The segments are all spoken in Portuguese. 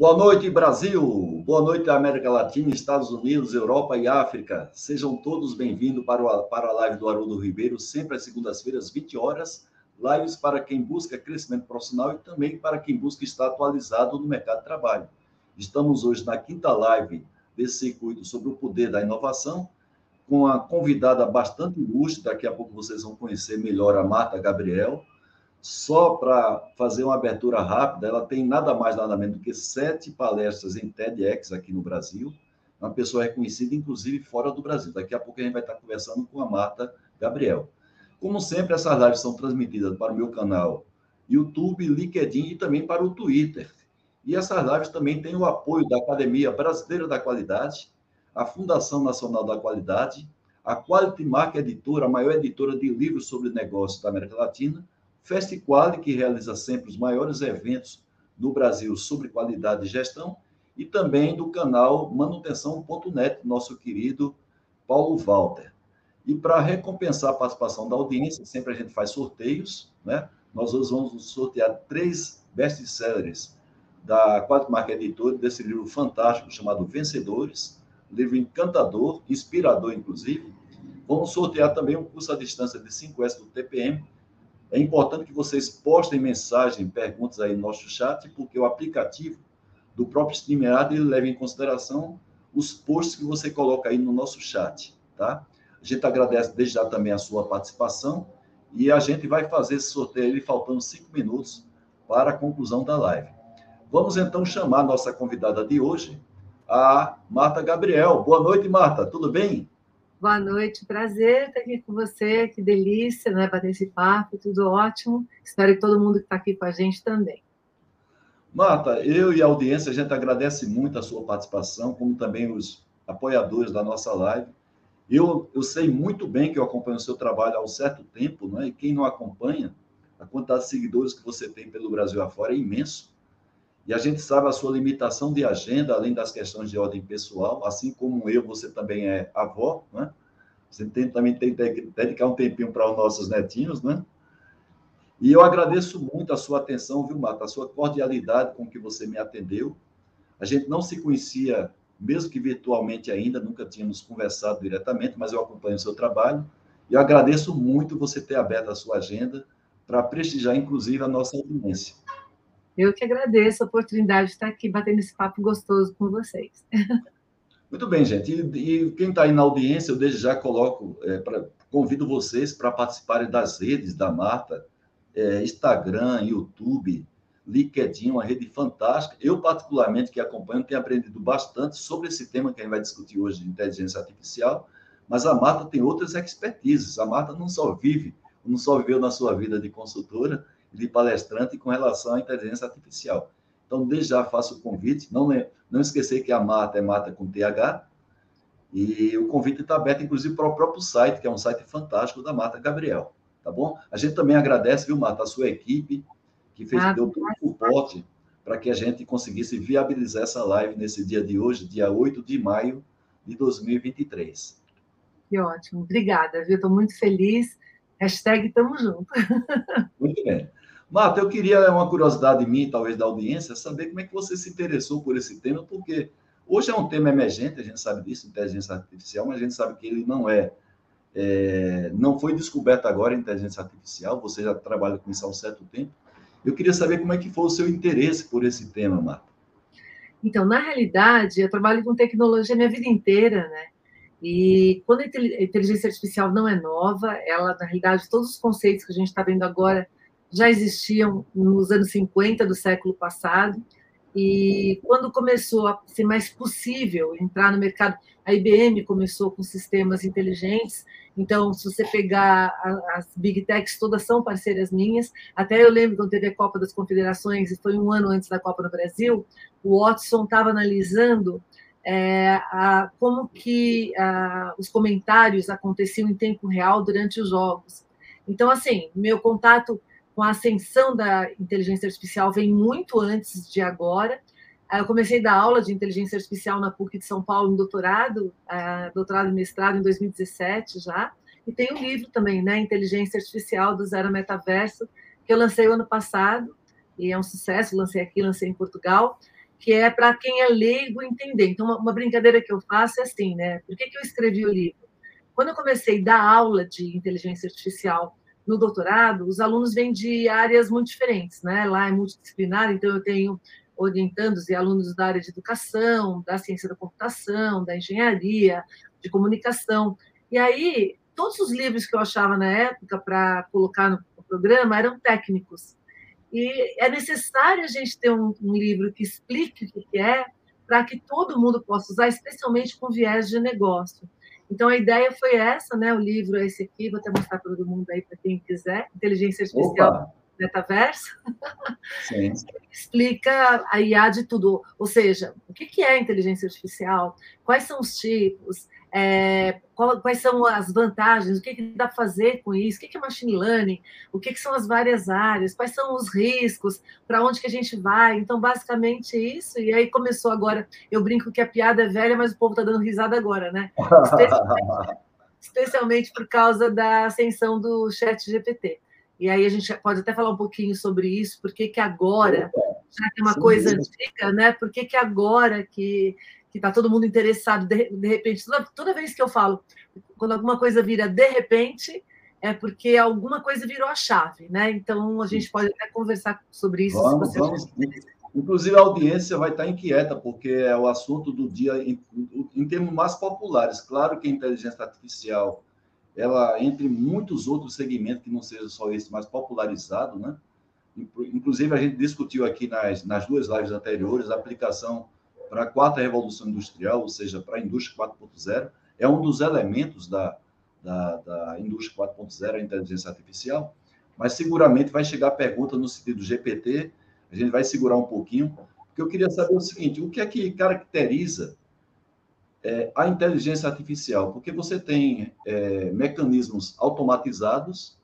Boa noite, Brasil! Boa noite, América Latina, Estados Unidos, Europa e África. Sejam todos bem-vindos para a live do Haroldo Ribeiro, sempre às segundas-feiras, 20 horas. Lives para quem busca crescimento profissional e também para quem busca estar atualizado no mercado de trabalho. Estamos hoje na quinta live desse circuito sobre o poder da inovação, com a convidada bastante ilustre. Daqui a pouco vocês vão conhecer melhor a Marta Gabriel. Só para fazer uma abertura rápida, ela tem nada mais, nada menos do que 7 palestras em TEDx aqui no Brasil. Uma pessoa reconhecida, inclusive, fora do Brasil. Daqui a pouco a gente vai estar conversando com a Marta Gabriel. Como sempre, essas lives são transmitidas para o meu canal YouTube, LinkedIn e também para o Twitter. E essas lives também têm o apoio da Academia Brasileira da Qualidade, a Fundação Nacional da Qualidade, a Quality Mark Editora, a maior editora de livros sobre negócios da América Latina, Festiquali, que realiza sempre os maiores eventos do Brasil sobre qualidade e gestão, e também do canal manutenção.net, nosso querido Paulo Walter. E para recompensar a participação da audiência, sempre a gente faz sorteios, né? Nós hoje vamos sortear 3 best-sellers da Quality Mark Editora, desse livro fantástico chamado Vencedores, livro encantador, inspirador, inclusive. Vamos sortear também um curso à distância de 5S do TPM. É importante que vocês postem mensagem, perguntas aí no nosso chat, porque o aplicativo do próprio StreamYard ele leva em consideração os posts que você coloca aí no nosso chat, tá? A gente agradece desde já também a sua participação e a gente vai fazer esse sorteio aí faltando 5 minutos para a conclusão da live. Vamos então chamar a nossa convidada de hoje, a Marta Gabriel. Boa noite, Marta, tudo bem? Boa noite, prazer estar aqui com você, que delícia, né? Bater esse papo, tudo ótimo. Espero que todo mundo que está aqui com a gente também. Marta, eu e a audiência, a gente agradece muito a sua participação, como também os apoiadores da nossa live. Eu sei muito bem que eu acompanho o seu trabalho há um certo tempo, né? E quem não acompanha, a quantidade de seguidores que você tem pelo Brasil afora é imenso. E a gente sabe a sua limitação de agenda, além das questões de ordem pessoal, assim como eu, você também é avó, né? Você também tem que dedicar um tempinho para os nossos netinhos, né? E eu agradeço muito a sua atenção, viu, Marta? A sua cordialidade com que você me atendeu. A gente não se conhecia, mesmo que virtualmente ainda, nunca tínhamos conversado diretamente, mas eu acompanho o seu trabalho. E eu agradeço muito você ter aberto a sua agenda para prestigiar, inclusive, a nossa audiência. Eu que agradeço a oportunidade de estar aqui batendo esse papo gostoso com vocês. Muito bem, gente. E quem está aí na audiência, eu desde já convido vocês para participarem das redes da Marta, Instagram, YouTube, LinkedIn, uma rede fantástica. Eu, particularmente, que acompanho, tenho aprendido bastante sobre esse tema que a gente vai discutir hoje de inteligência artificial, mas a Marta tem outras expertises. A Marta não só viveu na sua vida de consultora e de palestrante com relação à inteligência artificial. Então, desde já faço o convite, não esquecer que a Marta é Marta com TH, e o convite está aberto, inclusive, para o próprio site, que é um site fantástico da Marta Gabriel, tá bom? A gente também agradece, viu, Marta, a sua equipe, que deu todo o suporte para que a gente conseguisse viabilizar essa live nesse dia de hoje, dia 8 de maio de 2023. Que ótimo, obrigada, viu? Estou muito feliz. Hashtag tamo junto. Muito bem. Marta, eu queria, uma curiosidade minha, talvez da audiência, saber como é que você se interessou por esse tema, porque hoje é um tema emergente, a gente sabe disso, inteligência artificial, mas a gente sabe que ele não foi descoberto agora, a inteligência artificial, você já trabalha com isso há um certo tempo. Eu queria saber como é que foi o seu interesse por esse tema, Marta. Então, na realidade, eu trabalho com tecnologia a minha vida inteira, né? E quando a inteligência artificial não é nova, ela, na realidade, todos os conceitos que a gente está vendo agora já existiam nos anos 50 do século passado, e quando começou a ser mais possível entrar no mercado, a IBM começou com sistemas inteligentes. Então, se você pegar as Big Techs, todas são parceiras minhas. Até eu lembro quando teve a Copa das Confederações, e foi um ano antes da Copa no Brasil, o Watson estava analisando como que os comentários aconteciam em tempo real durante os jogos. Então, assim, meu contato com a ascensão da inteligência artificial vem muito antes de agora. Eu comecei a dar aula de inteligência artificial na PUC de São Paulo, no doutorado e mestrado em 2017 já, e tem um livro também, né, Inteligência Artificial do Zero Metaverso, que eu lancei o ano passado, e é um sucesso, lancei aqui, lancei em Portugal, que é para quem é leigo entender. Então, uma brincadeira que eu faço é assim, né? Por que eu escrevi o livro? Quando eu comecei a dar aula de inteligência artificial no doutorado, os alunos vêm de áreas muito diferentes, né? Lá é multidisciplinar, então eu tenho orientandos e alunos da área de educação, da ciência da computação, da engenharia, de comunicação. E aí, todos os livros que eu achava na época para colocar no programa eram técnicos. E é necessário a gente ter um livro que explique o que é, para que todo mundo possa usar, especialmente com viés de negócio. Então, a ideia foi essa, né? O livro é esse aqui, vou até mostrar para todo mundo aí, para quem quiser, Inteligência Artificial Opa! Metaverso. Sim. Explica a IA de tudo, ou seja, o que é inteligência artificial, quais são os tipos, quais são as vantagens, o que dá para fazer com isso, o que é machine learning, o que são as várias áreas, quais são os riscos, para onde que a gente vai. Então, basicamente isso, e aí começou agora, eu brinco que a piada é velha, mas o povo está dando risada agora, né? Especialmente por causa da ascensão do ChatGPT. E aí a gente pode até falar um pouquinho sobre isso, por que agora, já que é uma coisa antiga, né? Por que agora que está todo mundo interessado, de repente, toda vez que eu falo, quando alguma coisa vira de repente, é porque alguma coisa virou a chave, né? Então a gente pode até conversar sobre isso. Vamos. Inclusive, a audiência vai estar inquieta, porque é o assunto do dia em termos mais populares. Claro que a inteligência artificial, ela, entre muitos outros segmentos, que não seja só esse mais popularizado, né? Inclusive, a gente discutiu aqui nas duas lives anteriores a aplicação para a quarta revolução industrial, ou seja, para a indústria 4.0. É um dos elementos da indústria 4.0, a inteligência artificial, mas seguramente vai chegar a pergunta no sentido do GPT. A gente vai segurar um pouquinho, porque eu queria saber o seguinte: o que é que caracteriza a inteligência artificial? Porque você tem mecanismos automatizados,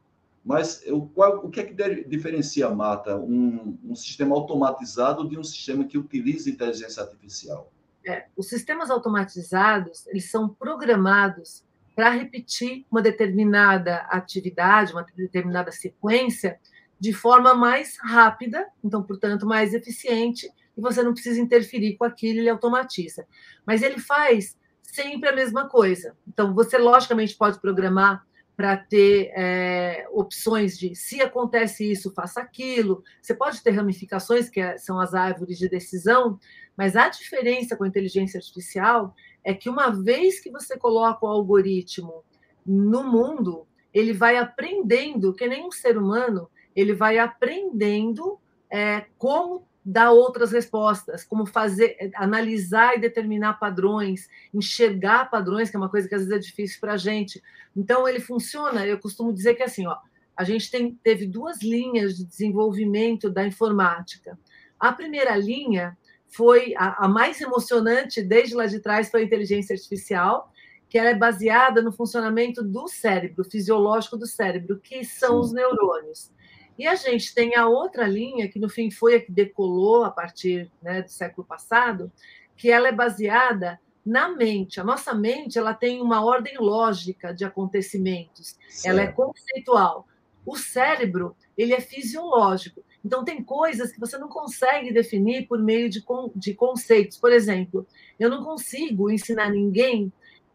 mas o que é que diferencia, Marta, um sistema automatizado de um sistema que utiliza inteligência artificial? Os sistemas automatizados, eles são programados para repetir uma determinada atividade, uma determinada sequência, de forma mais rápida, então, portanto, mais eficiente, e você não precisa interferir com aquilo, ele automatiza. Mas ele faz sempre a mesma coisa. Então, você, logicamente, pode programar para ter opções de, se acontece isso, faça aquilo. Você pode ter ramificações, que são as árvores de decisão, mas a diferença com a inteligência artificial é que, uma vez que você coloca o algoritmo no mundo, ele vai aprendendo, que nem um ser humano, ele vai aprendendo como dar outras respostas, como fazer, analisar e determinar padrões, enxergar padrões, que é uma coisa que às vezes é difícil para a gente. Então, ele funciona, eu costumo dizer que assim, a gente teve duas linhas de desenvolvimento da informática. A primeira linha foi a mais emocionante, desde lá de trás, foi a inteligência artificial, que ela é baseada no funcionamento do cérebro, fisiológico do cérebro, que são os neurônios. E a gente tem a outra linha, que no fim foi a que decolou a partir, né, do século passado, que ela é baseada na mente. A nossa mente, ela tem uma ordem lógica de acontecimentos, ela é conceitual. O cérebro, ele é fisiológico. Então, tem coisas que você não consegue definir por meio de conceitos. Por exemplo, eu não consigo ensinar ninguém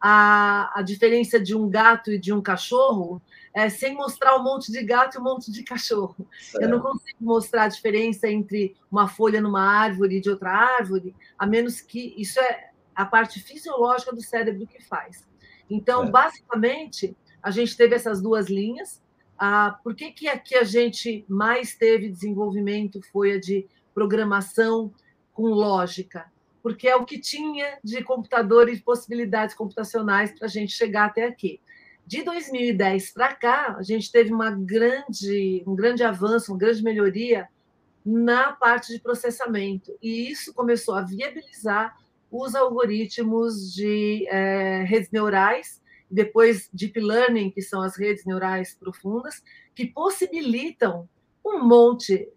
a diferença de um gato e de um cachorro sem mostrar um monte de gato e um monte de cachorro. Certo. Eu não consigo mostrar a diferença entre uma folha numa árvore e de outra árvore, a menos que isso é a parte fisiológica do cérebro que faz. Então, basicamente, a gente teve essas duas linhas. Por que aqui a gente mais teve desenvolvimento foi a de programação com lógica? Porque é o que tinha de computador e de possibilidades computacionais para a gente chegar até aqui. De 2010 para cá, a gente teve um grande avanço, uma grande melhoria na parte de processamento, e isso começou a viabilizar os algoritmos de redes neurais, depois Deep Learning, que são as redes neurais profundas, que possibilitam um monte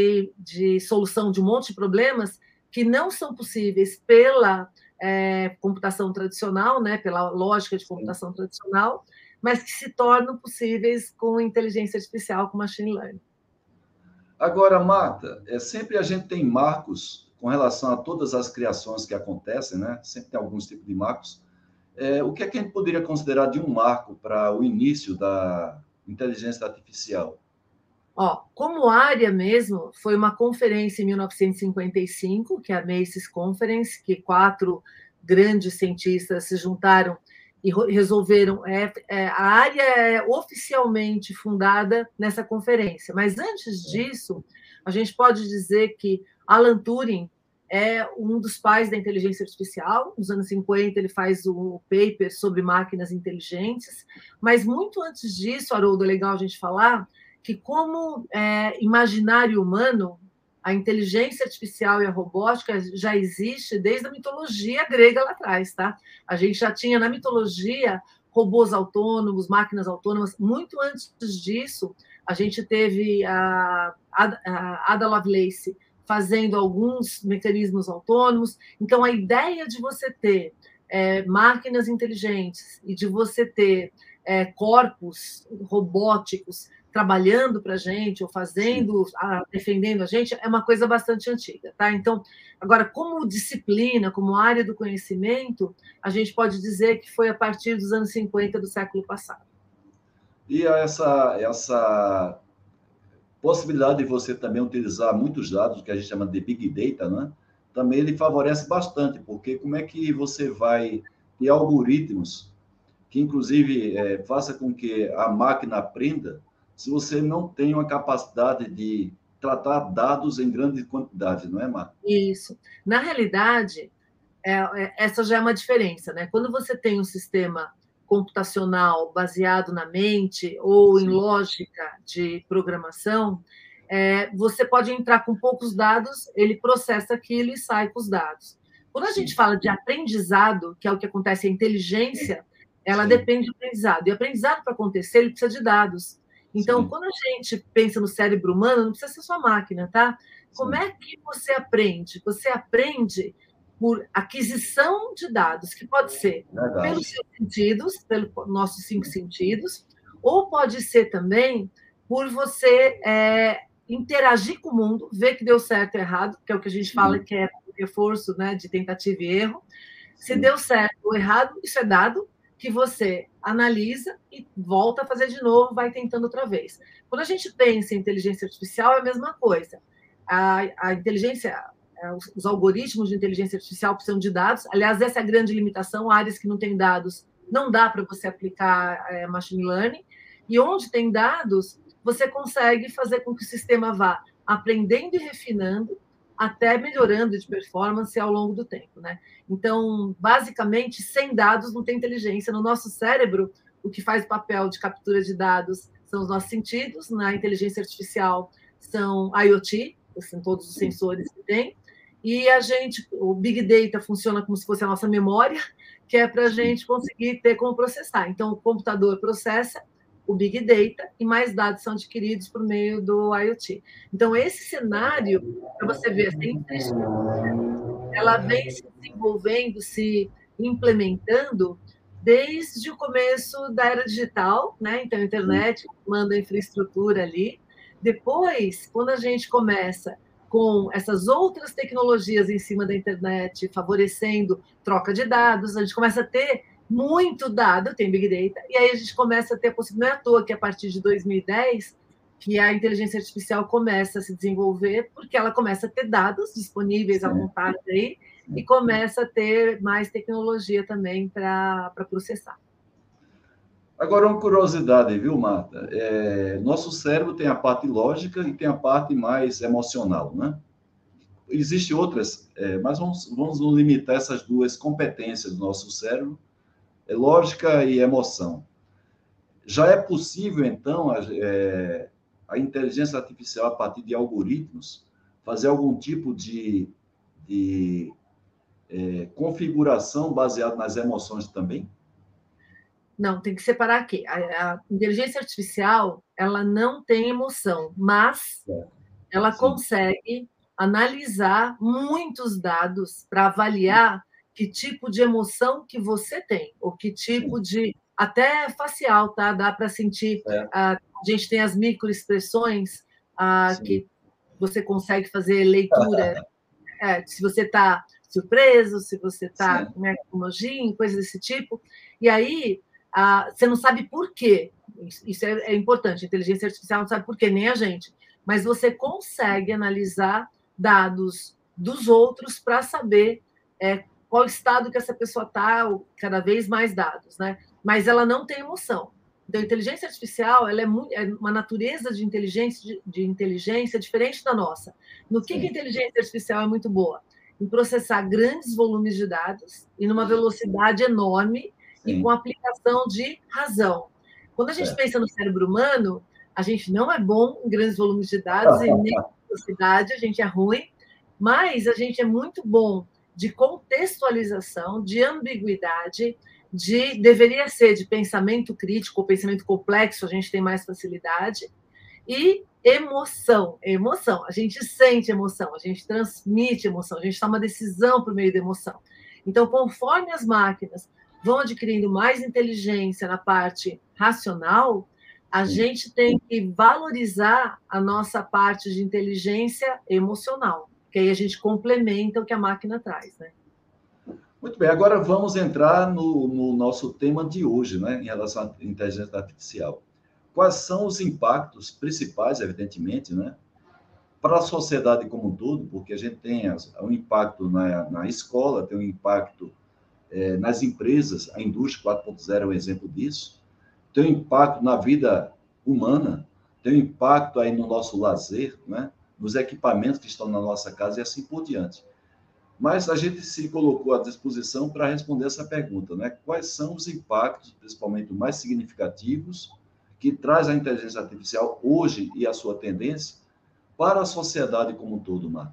de solução de um monte de problemas que não são possíveis pela computação tradicional, né, pela lógica de computação tradicional, mas que se tornam possíveis com inteligência artificial, com machine learning. Agora, Marta, sempre a gente tem marcos com relação a todas as criações que acontecem, né? Sempre tem alguns tipos de marcos. O que é que a gente poderia considerar de um marco para o início da inteligência artificial? Ó, como área mesmo, foi uma conferência em 1955, que é a Macy's Conference, que 4 grandes cientistas se juntaram e resolveram. A área é oficialmente fundada nessa conferência, mas antes disso, a gente pode dizer que Alan Turing é um dos pais da inteligência artificial. Nos anos 50, ele faz o paper sobre máquinas inteligentes, mas muito antes disso, Haroldo, é legal a gente falar que, como imaginário humano, a inteligência artificial e a robótica já existe desde a mitologia grega lá atrás, tá? A gente já tinha na mitologia robôs autônomos, máquinas autônomas. Muito antes disso, a gente teve a Ada Lovelace fazendo alguns mecanismos autônomos. Então, a ideia de você ter máquinas inteligentes e de você ter corpos robóticos trabalhando para a gente, ou fazendo, defendendo a gente, é uma coisa bastante antiga, tá? Então, agora, como disciplina, como área do conhecimento, a gente pode dizer que foi a partir dos anos 50 do século passado. E essa possibilidade de você também utilizar muitos dados, que a gente chama de Big Data, né? Também ele favorece bastante, porque como é que você vai ter algoritmos que, inclusive, faça com que a máquina aprenda se você não tem uma capacidade de tratar dados em grande quantidade, não é, Marta? Isso. Na realidade, essa já é uma diferença, né? Quando você tem um sistema computacional baseado na mente ou em lógica de programação, você pode entrar com poucos dados, ele processa aquilo e sai com os dados. Quando a gente fala de aprendizado, que é o que acontece, a inteligência, ela depende do aprendizado. E aprendizado, para acontecer, ele precisa de dados. Então, quando a gente pensa no cérebro humano, não precisa ser sua máquina, tá? Como é que você aprende? Você aprende por aquisição de dados, que pode ser pelos seus sentidos, pelos nossos 5 sentidos, ou pode ser também por você interagir com o mundo, ver que deu certo ou errado, que é o que a gente fala que é o reforço, né, de tentativa e erro. Se deu certo ou errado, isso é dado que você analisa e volta a fazer de novo, vai tentando outra vez. Quando a gente pensa em inteligência artificial, é a mesma coisa. A inteligência, os algoritmos de inteligência artificial precisam de dados. Aliás, essa é a grande limitação. Áreas que não têm dados, não dá para você aplicar machine learning. E onde tem dados, você consegue fazer com que o sistema vá aprendendo e refinando, até melhorando de performance ao longo do tempo, né? Então, basicamente, sem dados não tem inteligência. No nosso cérebro, o que faz o papel de captura de dados são os nossos sentidos. Na inteligência artificial, são IoT, são todos os sensores que tem. E o Big Data funciona como se fosse a nossa memória, que é para a gente conseguir ter como processar. Então, o computador processa o Big Data e mais dados são adquiridos por meio do IoT. Então, esse cenário, para você ver, essa infraestrutura, ela vem se desenvolvendo, se implementando desde o começo da era digital, né? Então, a internet manda a infraestrutura ali. Depois, quando a gente começa com essas outras tecnologias em cima da internet, favorecendo troca de dados, a gente começa a ter muito dado, tem Big Data, e aí a gente começa a ter a possibilidade, não é à toa que a partir de 2010 que a inteligência artificial começa a se desenvolver, porque ela começa a ter dados disponíveis à vontade aí, e começa a ter mais tecnologia também para processar. Agora, uma curiosidade, viu, Marta? Nosso cérebro tem a parte lógica e tem a parte mais emocional, né? Existem outras, mas vamos nos limitar a essas duas competências do nosso cérebro, lógica e emoção. Já é possível, então, a inteligência artificial, a partir de algoritmos, fazer algum tipo de configuração baseada nas emoções também? Não, tem que separar aqui. A inteligência artificial, ela não tem emoção, mas ela consegue analisar muitos dados para avaliar que tipo de emoção que você tem, ou que tipo de... Até facial, tá? Dá para sentir. A gente tem as microexpressões que você consegue fazer leitura. se você está surpreso, se você está, né, com nojinho, coisas desse tipo. E aí, você não sabe por quê. Isso é importante. A inteligência artificial não sabe por quê, nem a gente. Mas você consegue analisar dados dos outros para saber qual estado que essa pessoa está, cada vez mais dados, né? Mas ela não tem emoção. Então, a inteligência artificial ela é uma natureza de inteligência diferente da nossa. No que a inteligência artificial é muito boa? Em processar grandes volumes de dados e numa velocidade enorme e com aplicação de razão. Quando a gente pensa no cérebro humano, a gente não é bom em grandes volumes de dados e nem em velocidade, a gente é ruim, mas a gente é muito bom de contextualização, de ambiguidade, deveria ser de pensamento crítico ou pensamento complexo, a gente tem mais facilidade, e emoção. A gente sente emoção, a gente transmite emoção, a gente toma decisão por meio da emoção. Então, conforme as máquinas vão adquirindo mais inteligência na parte racional, a gente tem que valorizar a nossa parte de inteligência emocional, que aí a gente complementa o que a máquina traz, né? Muito bem, agora vamos entrar no nosso tema de hoje, né, em relação à inteligência artificial. Quais são os impactos principais, evidentemente, né, para a sociedade como um todo, porque a gente tem um impacto na escola, tem um impacto nas empresas, a indústria 4.0 é um exemplo disso, tem um impacto na vida humana, tem um impacto aí no nosso lazer, né, nos equipamentos que estão na nossa casa e assim por diante. Mas a gente se colocou à disposição para responder essa pergunta, né? Quais são os impactos, principalmente mais significativos, que traz a inteligência artificial hoje e a sua tendência para a sociedade como um todo, Marta?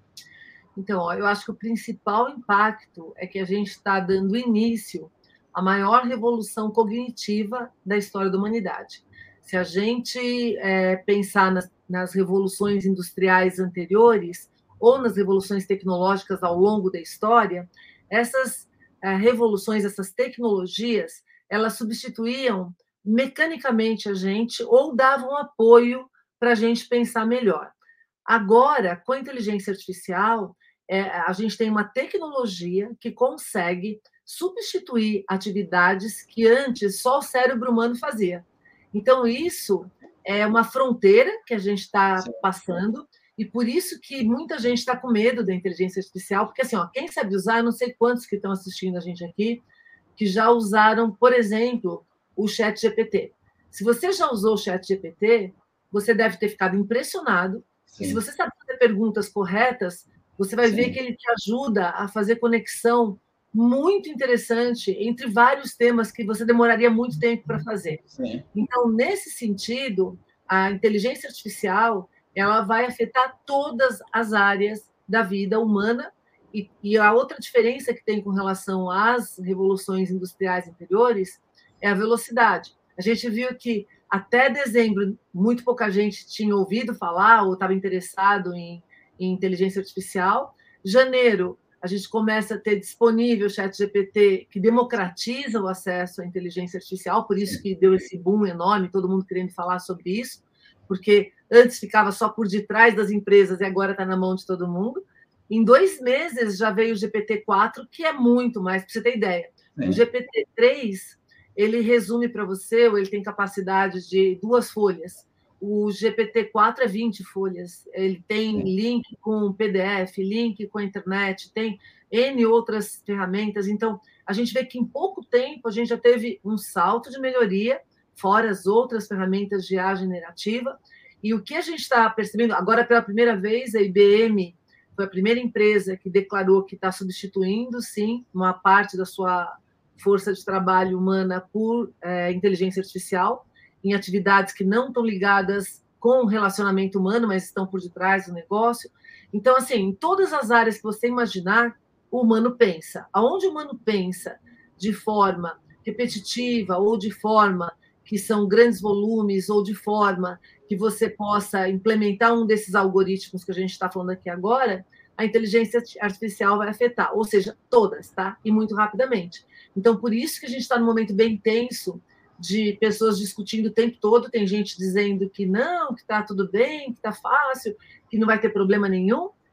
Então, eu acho que o principal impacto é que a gente está dando início à maior revolução cognitiva da história da humanidade. Se a gente pensar nas revoluções industriais anteriores, ou nas revoluções tecnológicas ao longo da história, essas revoluções, essas tecnologias, elas substituíam mecanicamente a gente ou davam apoio para a gente pensar melhor. Agora, com a inteligência artificial, a gente tem uma tecnologia que consegue substituir atividades que antes só o cérebro humano fazia. Então, isso é uma fronteira que a gente está passando, e por isso que muita gente está com medo da inteligência artificial, porque assim, quem sabe usar, eu não sei quantos que estão assistindo a gente aqui, que já usaram, por exemplo, o ChatGPT. Se você já usou o ChatGPT, você deve ter ficado impressionado, e se você sabe fazer perguntas corretas, você vai ver que ele te ajuda a fazer conexão muito interessante entre vários temas que você demoraria muito tempo para fazer. Então, nesse sentido, a inteligência artificial ela vai afetar todas as áreas da vida humana, e a outra diferença que tem com relação às revoluções industriais anteriores é a velocidade. A gente viu que até dezembro muito pouca gente tinha ouvido falar ou estava interessado em inteligência artificial. Janeiro, a gente começa a ter disponível o ChatGPT, que democratiza o acesso à inteligência artificial, por isso que deu esse boom enorme, todo mundo querendo falar sobre isso, porque antes ficava só por detrás das empresas e agora está na mão de todo mundo. Em 2 meses já veio o GPT-4, que é muito mais, para você ter ideia. O GPT-3, ele resume para você, ou ele tem capacidade de 2 folhas. O GPT-4 é 20 folhas. Ele tem link com PDF, link com a internet, tem N outras ferramentas. Então, a gente vê que em pouco tempo a gente já teve um salto de melhoria, fora as outras ferramentas de IA generativa. E o que a gente está percebendo, agora pela primeira vez, a IBM foi a primeira empresa que declarou que está substituindo, sim, uma parte da sua força de trabalho humana por inteligência artificial, em atividades que não estão ligadas com o relacionamento humano, mas estão por detrás do negócio. Então, assim, em todas as áreas que você imaginar, o humano pensa. Aonde o humano pensa de forma repetitiva ou de forma que são grandes volumes ou de forma que você possa implementar um desses algoritmos que a gente está falando aqui agora, a inteligência artificial vai afetar, ou seja, todas, tá? E muito rapidamente. Então, por isso que a gente está num momento bem tenso, de pessoas discutindo o tempo todo, tem gente dizendo que não, que está tudo bem, que está fácil, que não vai ter problema nenhum,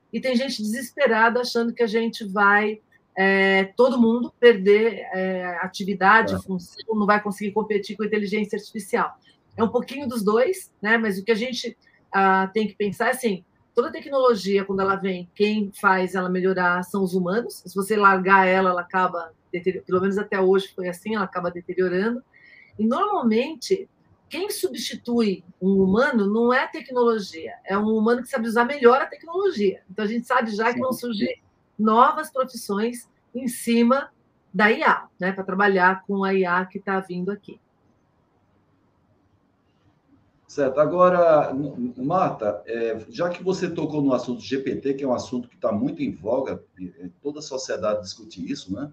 e tem gente desesperada achando que a gente vai, todo mundo, perder atividade, função, não vai conseguir competir com a inteligência artificial. É um pouquinho dos dois, né? Mas o que a gente tem que pensar é assim, toda tecnologia, quando ela vem, quem faz ela melhorar são os humanos. Se você largar ela, ela acaba, pelo menos até hoje foi assim, ela acaba deteriorando. E, normalmente, quem substitui um humano não é a tecnologia, é um humano que sabe usar melhor a tecnologia. Então, a gente sabe já que vão surgir novas profissões em cima da IA, né, para trabalhar com a IA que está vindo aqui. Certo. Agora, Marta, já que você tocou no assunto GPT, que é um assunto que está muito em voga, toda a sociedade discute isso, né?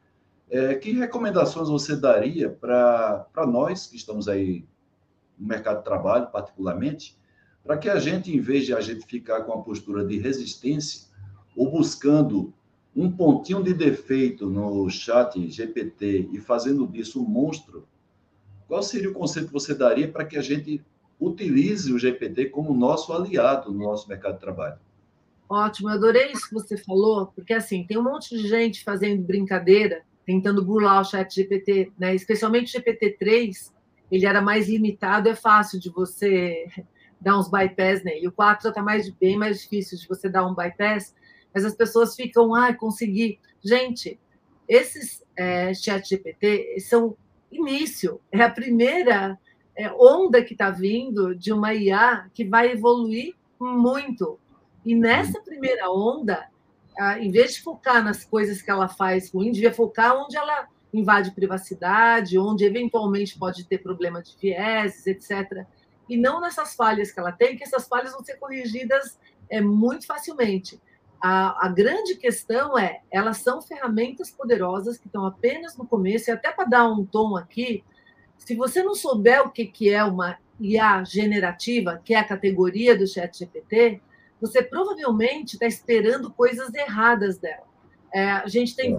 Que recomendações você daria para nós, que estamos aí no mercado de trabalho, particularmente, para que a gente, em vez de a gente ficar com a postura de resistência ou buscando um pontinho de defeito no chat GPT e fazendo disso um monstro, qual seria o conselho que você daria para que a gente utilize o GPT como nosso aliado no nosso mercado de trabalho? Ótimo, eu adorei isso que você falou, porque assim, tem um monte de gente fazendo brincadeira, tentando burlar o chat GPT, né? Especialmente o GPT-3, ele era mais limitado, é fácil de você dar uns bypass nele. O 4 já está bem mais difícil de você dar um bypass, mas as pessoas ficam, consegui. Gente, esses chat GPT são início, é a primeira onda que está vindo de uma IA que vai evoluir muito. E nessa primeira onda, em vez de focar nas coisas que ela faz ruim, devia focar onde ela invade privacidade, onde eventualmente pode ter problema de vieses, etc. E não nessas falhas que ela tem, que essas falhas vão ser corrigidas muito facilmente. A grande questão elas são ferramentas poderosas que estão apenas no começo, e até para dar um tom aqui, se você não souber o que é uma IA generativa, que é a categoria do ChatGPT, você provavelmente está esperando coisas erradas dela. A gente tem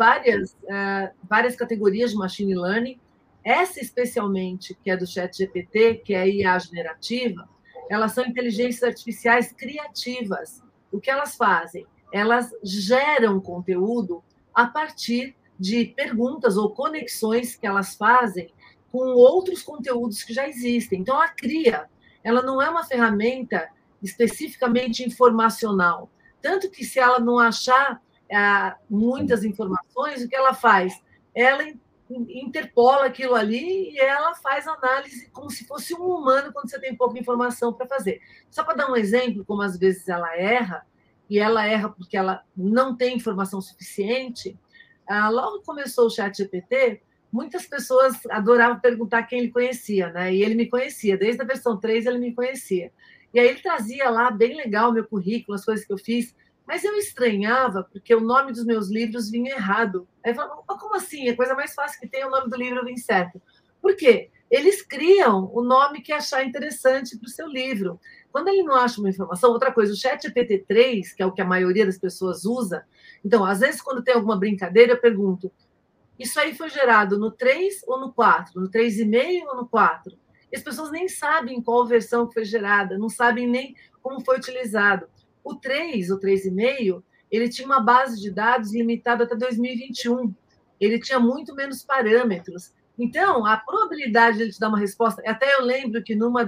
várias categorias de machine learning. Essa, especialmente, que é do ChatGPT, que é a IA generativa, elas são inteligências artificiais criativas. O que elas fazem? Elas geram conteúdo a partir de perguntas ou conexões que elas fazem com outros conteúdos que já existem. Então, ela cria. Ela não é uma ferramenta especificamente informacional. Tanto que, se ela não achar muitas informações, o que ela faz? Ela interpola aquilo ali e ela faz análise como se fosse um humano quando você tem pouca informação para fazer. Só para dar um exemplo, como às vezes ela erra, e ela erra porque ela não tem informação suficiente, logo que começou o ChatGPT, muitas pessoas adoravam perguntar quem ele conhecia, né? E ele me conhecia, desde a versão 3 ele me conhecia. E aí ele trazia lá, bem legal, o meu currículo, as coisas que eu fiz, mas eu estranhava, porque o nome dos meus livros vinha errado. Aí eu falava, como assim? A coisa mais fácil que tem é o nome do livro vir certo. Por quê? Eles criam o nome que achar interessante para o seu livro. Quando ele não acha uma informação, outra coisa, o ChatGPT-3, que é o que a maioria das pessoas usa, então, às vezes, quando tem alguma brincadeira, eu pergunto, isso aí foi gerado no 3 ou no 4? No 3,5 ou no 4? E as pessoas nem sabem qual versão que foi gerada, não sabem nem como foi utilizado. O 3, o 3,5, ele tinha uma base de dados limitada até 2021. Ele tinha muito menos parâmetros. Então, a probabilidade de ele te dar uma resposta... Até eu lembro que numa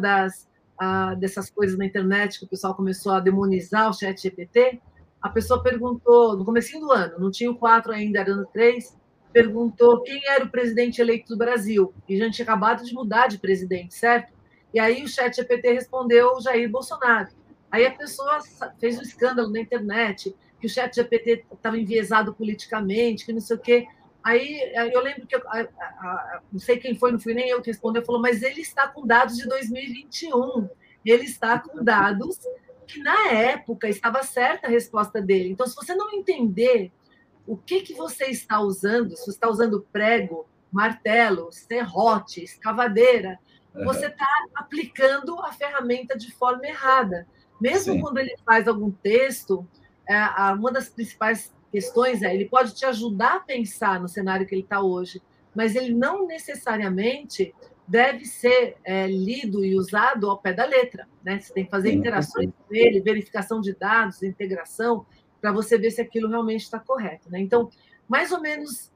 dessas coisas na internet que o pessoal começou a demonizar o ChatGPT, a pessoa perguntou, no comecinho do ano, não tinha o 4 ainda, era no 3, perguntou quem era o presidente eleito do Brasil. E a gente tinha acabado de mudar de presidente, certo? E aí o ChatGPT respondeu Jair Bolsonaro. Aí a pessoa fez um escândalo na internet, que o ChatGPT estava enviesado politicamente, que não sei o quê. Aí eu lembro que, não sei quem foi, não fui nem eu que respondeu, falou, mas ele está com dados de 2021. Ele está com dados que, na época, estava certa a resposta dele. Então, se você não entender o que você está usando, se você está usando prego, martelo, serrote, escavadeira, você está aplicando a ferramenta de forma errada. Mesmo Sim. Quando ele faz algum texto, uma das principais questões ele pode te ajudar a pensar no cenário que ele está hoje, mas ele não necessariamente deve ser lido e usado ao pé da letra, né? Você tem que fazer interações com ele, verificação de dados, integração, para você ver se aquilo realmente está correto, né? Então, mais ou menos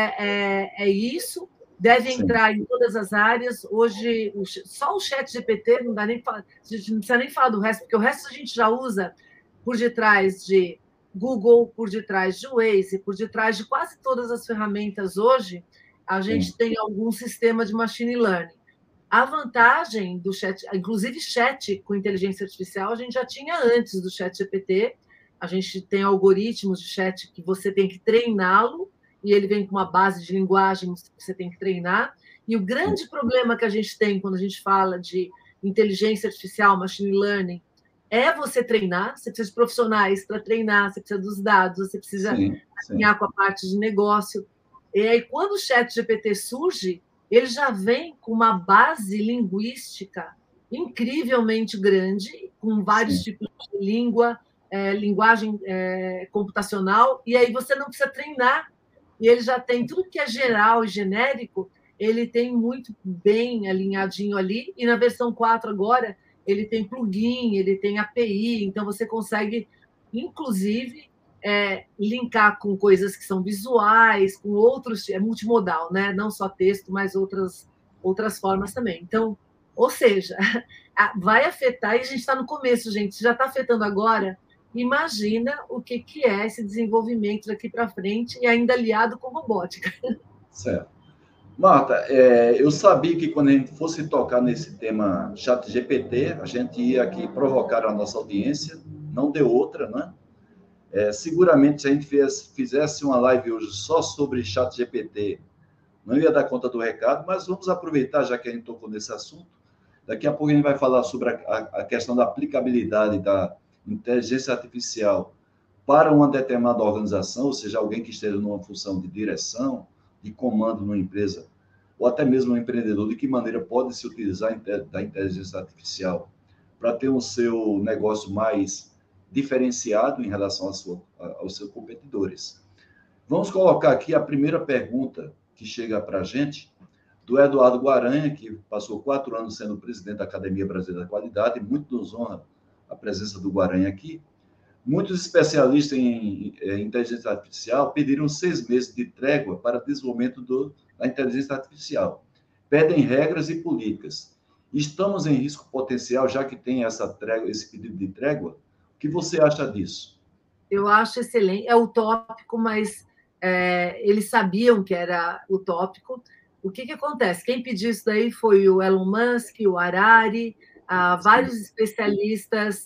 é isso. Deve Sim, entrar em todas as áreas. Hoje, só o chat GPT, não dá nem a gente não precisa nem falar do resto, porque o resto a gente já usa por detrás de Google, por detrás de Waze, por detrás de quase todas as ferramentas hoje, a sim, gente tem algum sistema de machine learning. A vantagem do chat, inclusive chat com inteligência artificial, a gente já tinha antes do chat GPT. A gente tem algoritmos de chat que você tem que treiná-lo, e ele vem com uma base de linguagem que você tem que treinar. E o sim, grande problema que a gente tem quando a gente fala de inteligência artificial, machine learning, é você treinar. Você precisa de profissionais para treinar, você precisa dos dados, você precisa sim, sim, alinhar com a parte de negócio. E aí, quando o chat GPT surge, ele já vem com uma base linguística incrivelmente grande, com vários sim, tipos de língua, linguagem computacional, e aí você não precisa treinar, e ele já tem tudo que é geral e genérico, ele tem muito bem alinhadinho ali, e na versão 4 agora, ele tem plugin, ele tem API, então você consegue, inclusive, linkar com coisas que são visuais, com outros, é multimodal, né? Não só texto, mas outras formas também. Então, ou seja, vai afetar, e a gente está no começo, gente, já está afetando agora. Imagina o que é esse desenvolvimento daqui para frente e ainda aliado com robótica. certo. Marta, eu sabia que quando a gente fosse tocar nesse tema chat GPT, a gente ia aqui provocar a nossa audiência, não deu outra, né? Seguramente, se a gente fizesse uma live hoje só sobre chat GPT, não ia dar conta do recado, mas vamos aproveitar, já que a gente tocou nesse assunto. Daqui a pouco a gente vai falar sobre a questão da aplicabilidade da inteligência artificial para uma determinada organização, ou seja, alguém que esteja numa função de direção, de comando numa empresa, ou até mesmo um empreendedor, de que maneira pode se utilizar da inteligência artificial para ter o seu negócio mais diferenciado em relação aos seus competidores. Vamos colocar aqui a primeira pergunta que chega para a gente, do Eduardo Guaranha, que passou 4 anos sendo presidente da Academia Brasileira da Qualidade, e muito nos honra a presença do Guaranha aqui. Muitos especialistas em inteligência artificial pediram 6 meses de trégua para desenvolvimento da inteligência artificial. Pedem regras e políticas. Estamos em risco potencial, já que tem esse pedido de trégua? O que você acha disso? Eu acho excelente. É utópico, mas eles sabiam que era utópico. O que acontece? Quem pediu isso daí foi o Elon Musk, o Harari, vários especialistas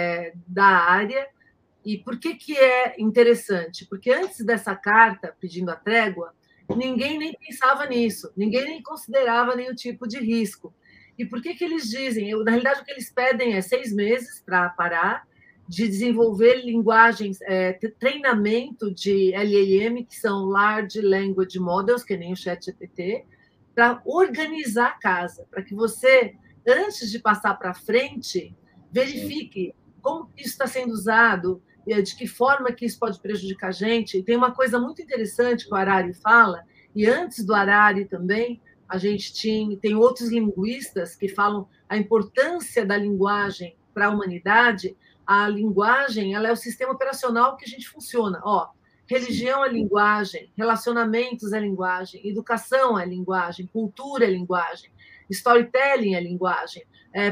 da área. E por que é interessante? Porque antes dessa carta pedindo a trégua, ninguém nem pensava nisso, ninguém nem considerava nenhum tipo de risco. E por que eles dizem? Na realidade, o que eles pedem é 6 meses para parar de desenvolver linguagens, treinamento de LLM, que são Large Language Models, que nem o ChatGPT, para organizar a casa, para que você, antes de passar para frente, verifique como isso está sendo usado, de que forma que isso pode prejudicar a gente. E tem uma coisa muito interessante que o Harari fala, e antes do Harari também, a gente tem outros linguistas que falam a importância da linguagem para a humanidade. A linguagem, ela é o sistema operacional que a gente funciona. Religião é linguagem, relacionamentos é linguagem, educação é linguagem, cultura é linguagem, storytelling é linguagem,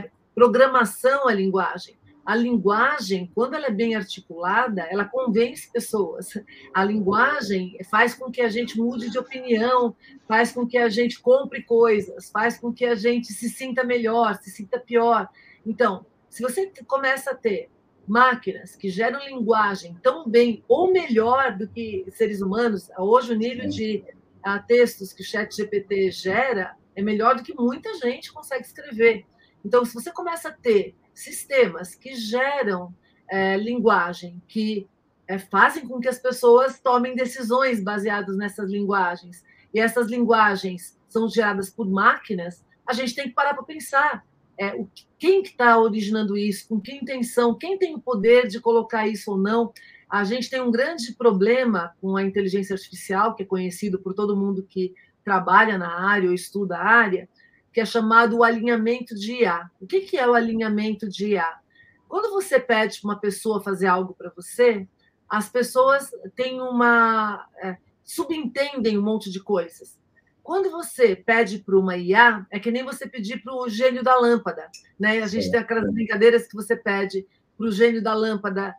programação é linguagem. A linguagem, quando ela é bem articulada, ela convence pessoas. A linguagem faz com que a gente mude de opinião, faz com que a gente compre coisas, faz com que a gente se sinta melhor, se sinta pior. Então, se você começa a ter máquinas que geram linguagem tão bem ou melhor do que seres humanos, hoje o nível de textos que o ChatGPT gera é melhor do que muita gente consegue escrever. Então, se você começa a ter sistemas que geram linguagem, que fazem com que as pessoas tomem decisões baseadas nessas linguagens, e essas linguagens são geradas por máquinas, a gente tem que parar para pensar quem que está originando isso, com que intenção, quem tem o poder de colocar isso ou não. A gente tem um grande problema com a inteligência artificial, que é conhecido por todo mundo que trabalha na área ou estuda a área, que é chamado o alinhamento de IA. O que é o alinhamento de IA? Quando você pede para uma pessoa fazer algo para você, as pessoas têm subentendem um monte de coisas. Quando você pede para uma IA, é que nem você pedir para o gênio da lâmpada, né? A gente tem aquelas brincadeiras que você pede para o gênio da lâmpada,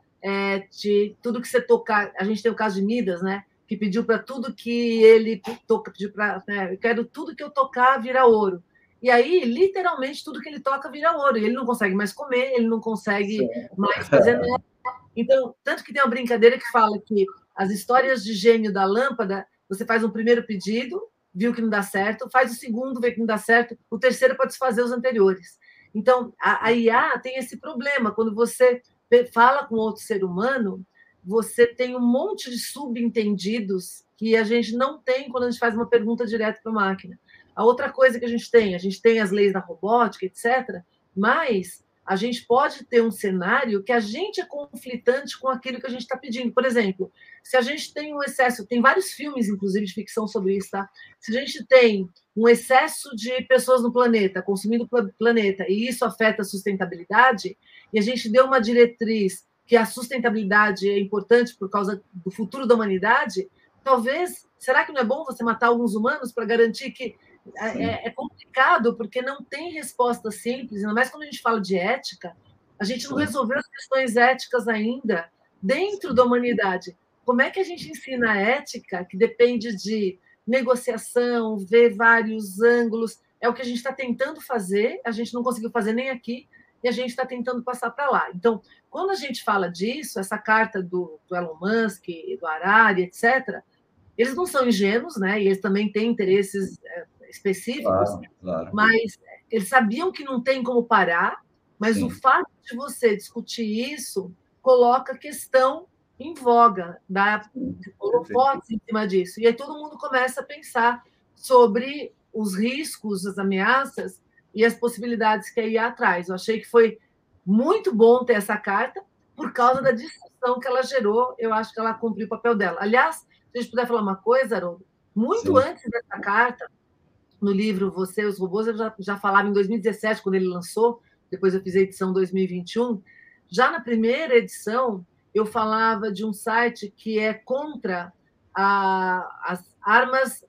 de tudo que você tocar. A gente tem o caso de Midas, né? Que pediu para tudo que ele toca, pediu para, eu quero tudo que eu tocar virar ouro. E aí, literalmente, tudo que ele toca vira ouro. E ele não consegue mais comer, ele não consegue mais fazer nada. Então, tanto que tem uma brincadeira que fala que as histórias de gênio da lâmpada, você faz um primeiro pedido, viu que não dá certo, faz o segundo, vê que não dá certo, o terceiro pode desfazer os anteriores. Então, a IA tem esse problema. Quando você fala com outro ser humano, você tem um monte de subentendidos que a gente não tem quando a gente faz uma pergunta direto para a máquina. A outra coisa que a gente tem as leis da robótica, etc., mas a gente pode ter um cenário que a gente é conflitante com aquilo que a gente está pedindo. Por exemplo, se a gente tem um excesso, tem vários filmes, inclusive, de ficção sobre isso, tá? Se a gente tem um excesso de pessoas no planeta, consumindo o planeta, e isso afeta a sustentabilidade, e a gente deu uma diretriz que a sustentabilidade é importante por causa do futuro da humanidade, talvez, será que não é bom você matar alguns humanos para garantir que é complicado, porque não tem resposta simples, ainda mais quando a gente fala de ética, a gente não resolveu as questões éticas ainda dentro da humanidade. Como é que a gente ensina a ética, que depende de negociação, ver vários ângulos? É o que a gente está tentando fazer, a gente não conseguiu fazer nem aqui, e a gente está tentando passar para lá. Então, quando a gente fala disso, essa carta do Elon Musk, do Harari, etc., eles não são ingênuos, né? E eles também têm interesses específicos, claro. Mas eles sabiam que não tem como parar, mas o fato de você discutir isso coloca a questão em voga, dá holofotes em cima disso. E aí todo mundo começa a pensar sobre os riscos, as ameaças e as possibilidades que a IA traz. Eu achei que foi muito bom ter essa carta, por causa da discussão que ela gerou. Eu acho que ela cumpriu o papel dela. Aliás, se a gente puder falar uma coisa, Haroldo, muito antes dessa carta, no livro Você e os Robôs, eu já falava em 2017, quando ele lançou, depois eu fiz a edição 2021. Já na primeira edição, eu falava de um site que é contra as armas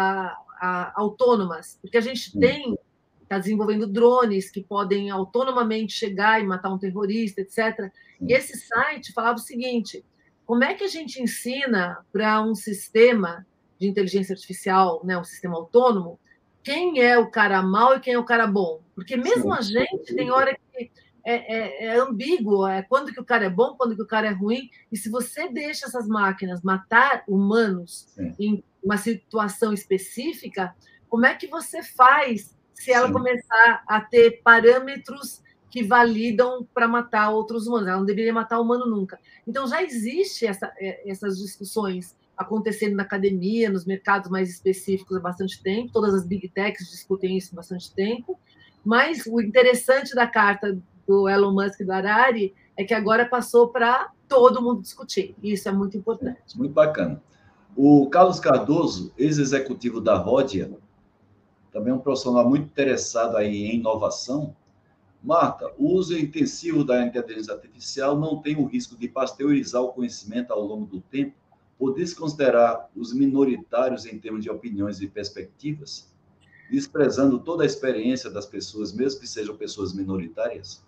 autônomas, porque a gente está desenvolvendo drones que podem autonomamente chegar e matar um terrorista, etc. E esse site falava o seguinte: como é que a gente ensina para um sistema de inteligência artificial, né, um sistema autônomo, quem é o cara mau e quem é o cara bom? Porque mesmo a gente tem hora que é ambíguo, quando que o cara é bom, quando que o cara é ruim, e se você deixa essas máquinas matar humanos em uma situação específica, como é que você faz se ela começar a ter parâmetros que validam para matar outros humanos? Ela não deveria matar humano nunca. Então, já existe essas discussões acontecendo na academia, nos mercados mais específicos há bastante tempo, todas as big techs discutem isso há bastante tempo, mas o interessante da carta do Elon Musk e do Harari é que agora passou para todo mundo discutir, e isso é muito importante. Muito bacana. O Carlos Cardoso, ex-executivo da Ródia, também um profissional muito interessado aí em inovação. Marta, o uso intensivo da inteligência artificial não tem o risco de pasteurizar o conhecimento ao longo do tempo, por desconsiderar os minoritários em termos de opiniões e perspectivas, desprezando toda a experiência das pessoas, mesmo que sejam pessoas minoritárias?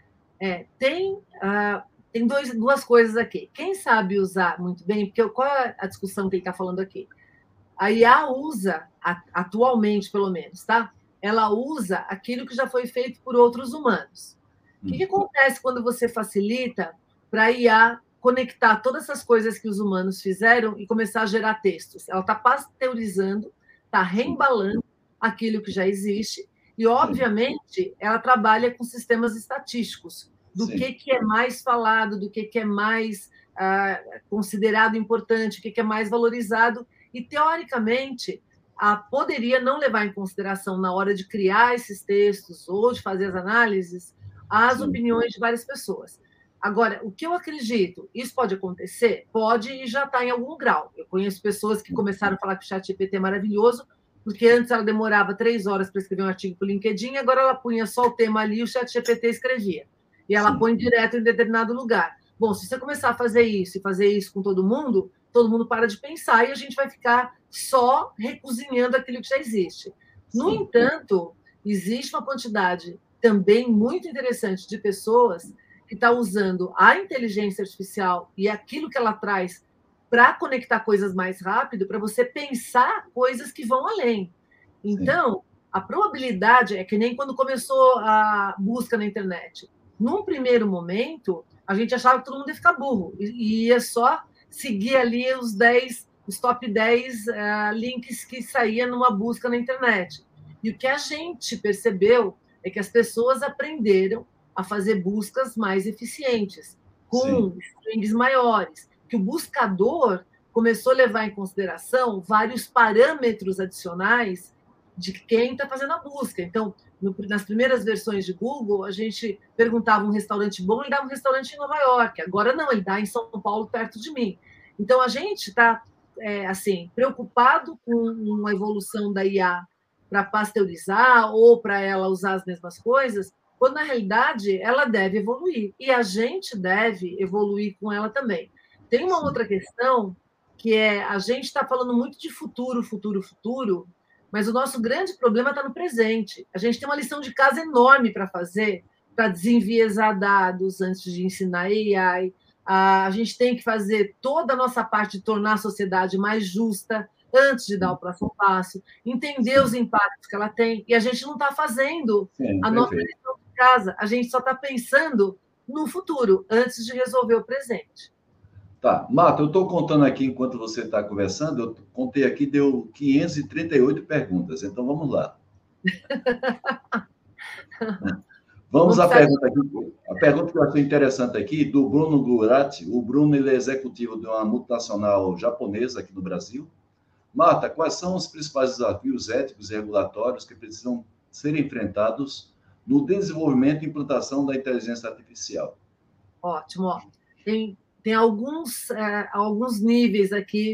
Tem duas coisas aqui. Quem sabe usar muito bem, porque qual é a discussão que ele está falando aqui? A IA usa, atualmente pelo menos, tá? Ela usa aquilo que já foi feito por outros humanos. O que acontece quando você facilita para a IA conectar todas essas coisas que os humanos fizeram e começar a gerar textos? Ela está pasteurizando, está reembalando aquilo que já existe e, obviamente, ela trabalha com sistemas estatísticos do que é mais falado, do que é mais considerado importante, o que é mais valorizado. E, teoricamente, poderia não levar em consideração, na hora de criar esses textos ou de fazer as análises, as opiniões de várias pessoas. Agora, o que eu acredito, isso pode acontecer? Pode e já está em algum grau. Eu conheço pessoas que começaram a falar que o ChatGPT é maravilhoso, porque antes ela demorava 3 horas para escrever um artigo para o LinkedIn, agora ela punha só o tema ali e o ChatGPT escrevia. E ela põe direto em determinado lugar. bom, se você começar a fazer isso e fazer isso com todo mundo para de pensar e a gente vai ficar só recozinhando aquilo que já existe. No Sim. entanto, existe uma quantidade também muito interessante de pessoas que está usando a inteligência artificial e aquilo que ela traz para conectar coisas mais rápido, para você pensar coisas que vão além. Então, a probabilidade é que nem quando começou a busca na internet. Num primeiro momento, a gente achava que todo mundo ia ficar burro e ia só seguir ali os top 10 links que saía numa busca na internet. E o que a gente percebeu é que as pessoas aprenderam a fazer buscas mais eficientes, com strings maiores, que o buscador começou a levar em consideração vários parâmetros adicionais de quem está fazendo a busca. Então, nas primeiras versões de Google, a gente perguntava um restaurante bom, ele dava um restaurante em Nova York. Agora não, ele dá em São Paulo, perto de mim. Então, a gente está assim, preocupado com a evolução da IA para pasteurizar ou para ela usar as mesmas coisas, quando, na realidade, ela deve evoluir. E a gente deve evoluir com ela também. Tem uma outra questão, que é a gente está falando muito de futuro, futuro, futuro, mas o nosso grande problema está no presente. A gente tem uma lição de casa enorme para fazer, para desenviesar dados antes de ensinar AI. A gente tem que fazer toda a nossa parte de tornar a sociedade mais justa antes de dar o próximo passo, entender os impactos que ela tem, e a gente não está fazendo a nossa lição de casa, a gente só está pensando no futuro, antes de resolver o presente. Tá, Marta, eu estou contando aqui enquanto você está conversando, eu contei aqui, deu 538 perguntas, então vamos lá. Vamos à pergunta aqui. A pergunta que eu achei interessante aqui, do Bruno Gurati. O Bruno, ele é executivo de uma multinacional japonesa aqui no Brasil. Marta, quais são os principais desafios éticos e regulatórios que precisam ser enfrentados no desenvolvimento e implantação da inteligência artificial? Ótimo. Ó. Tem alguns níveis aqui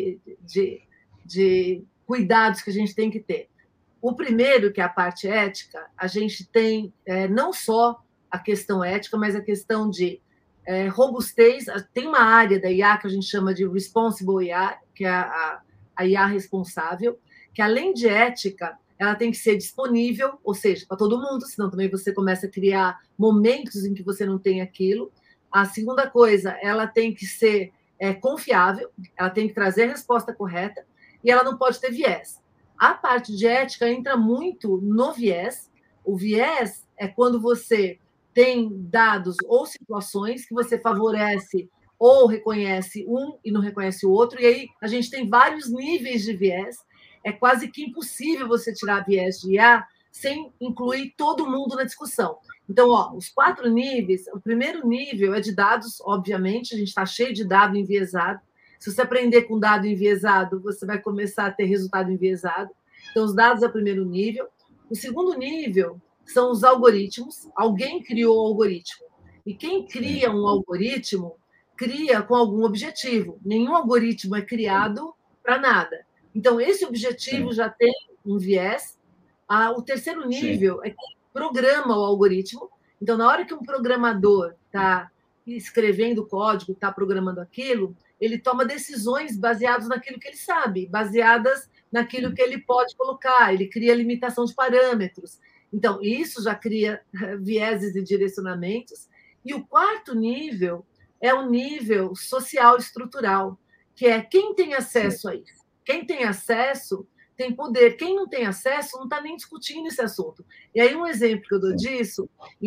de cuidados que a gente tem que ter. O primeiro, que é a parte ética, a gente tem não só a questão ética, mas a questão de robustez. Tem uma área da IA que a gente chama de Responsible IA, que é a IA responsável, que além de ética, ela tem que ser disponível, ou seja, para todo mundo, senão também você começa a criar momentos em que você não tem aquilo. A segunda coisa, ela tem que ser confiável, ela tem que trazer a resposta correta e ela não pode ter viés. A parte de ética entra muito no viés. O viés é quando você tem dados ou situações que você favorece ou reconhece um e não reconhece o outro, e aí a gente tem vários níveis de viés. É quase que impossível você tirar viés de IA sem incluir todo mundo na discussão. Então, os 4 níveis, o primeiro nível é de dados, obviamente, a gente está cheio de dado enviesado. Se você aprender com dado enviesado, você vai começar a ter resultado enviesado. Então, os dados é o primeiro nível. O segundo nível são os algoritmos. Alguém criou o algoritmo. E quem cria um algoritmo, cria com algum objetivo. Nenhum algoritmo é criado para nada. Então, esse objetivo já tem um viés. O terceiro nível é quem programa o algoritmo. Então, na hora que um programador está escrevendo código, está programando aquilo, ele toma decisões baseadas naquilo que ele sabe, baseadas naquilo que ele pode colocar, ele cria limitação de parâmetros. Então, isso já cria vieses e direcionamentos. E o quarto nível é o nível social estrutural, que é quem tem acesso a isso. Quem tem acesso tem poder. Quem não tem acesso não está nem discutindo esse assunto. E aí, um exemplo que eu dou disso, em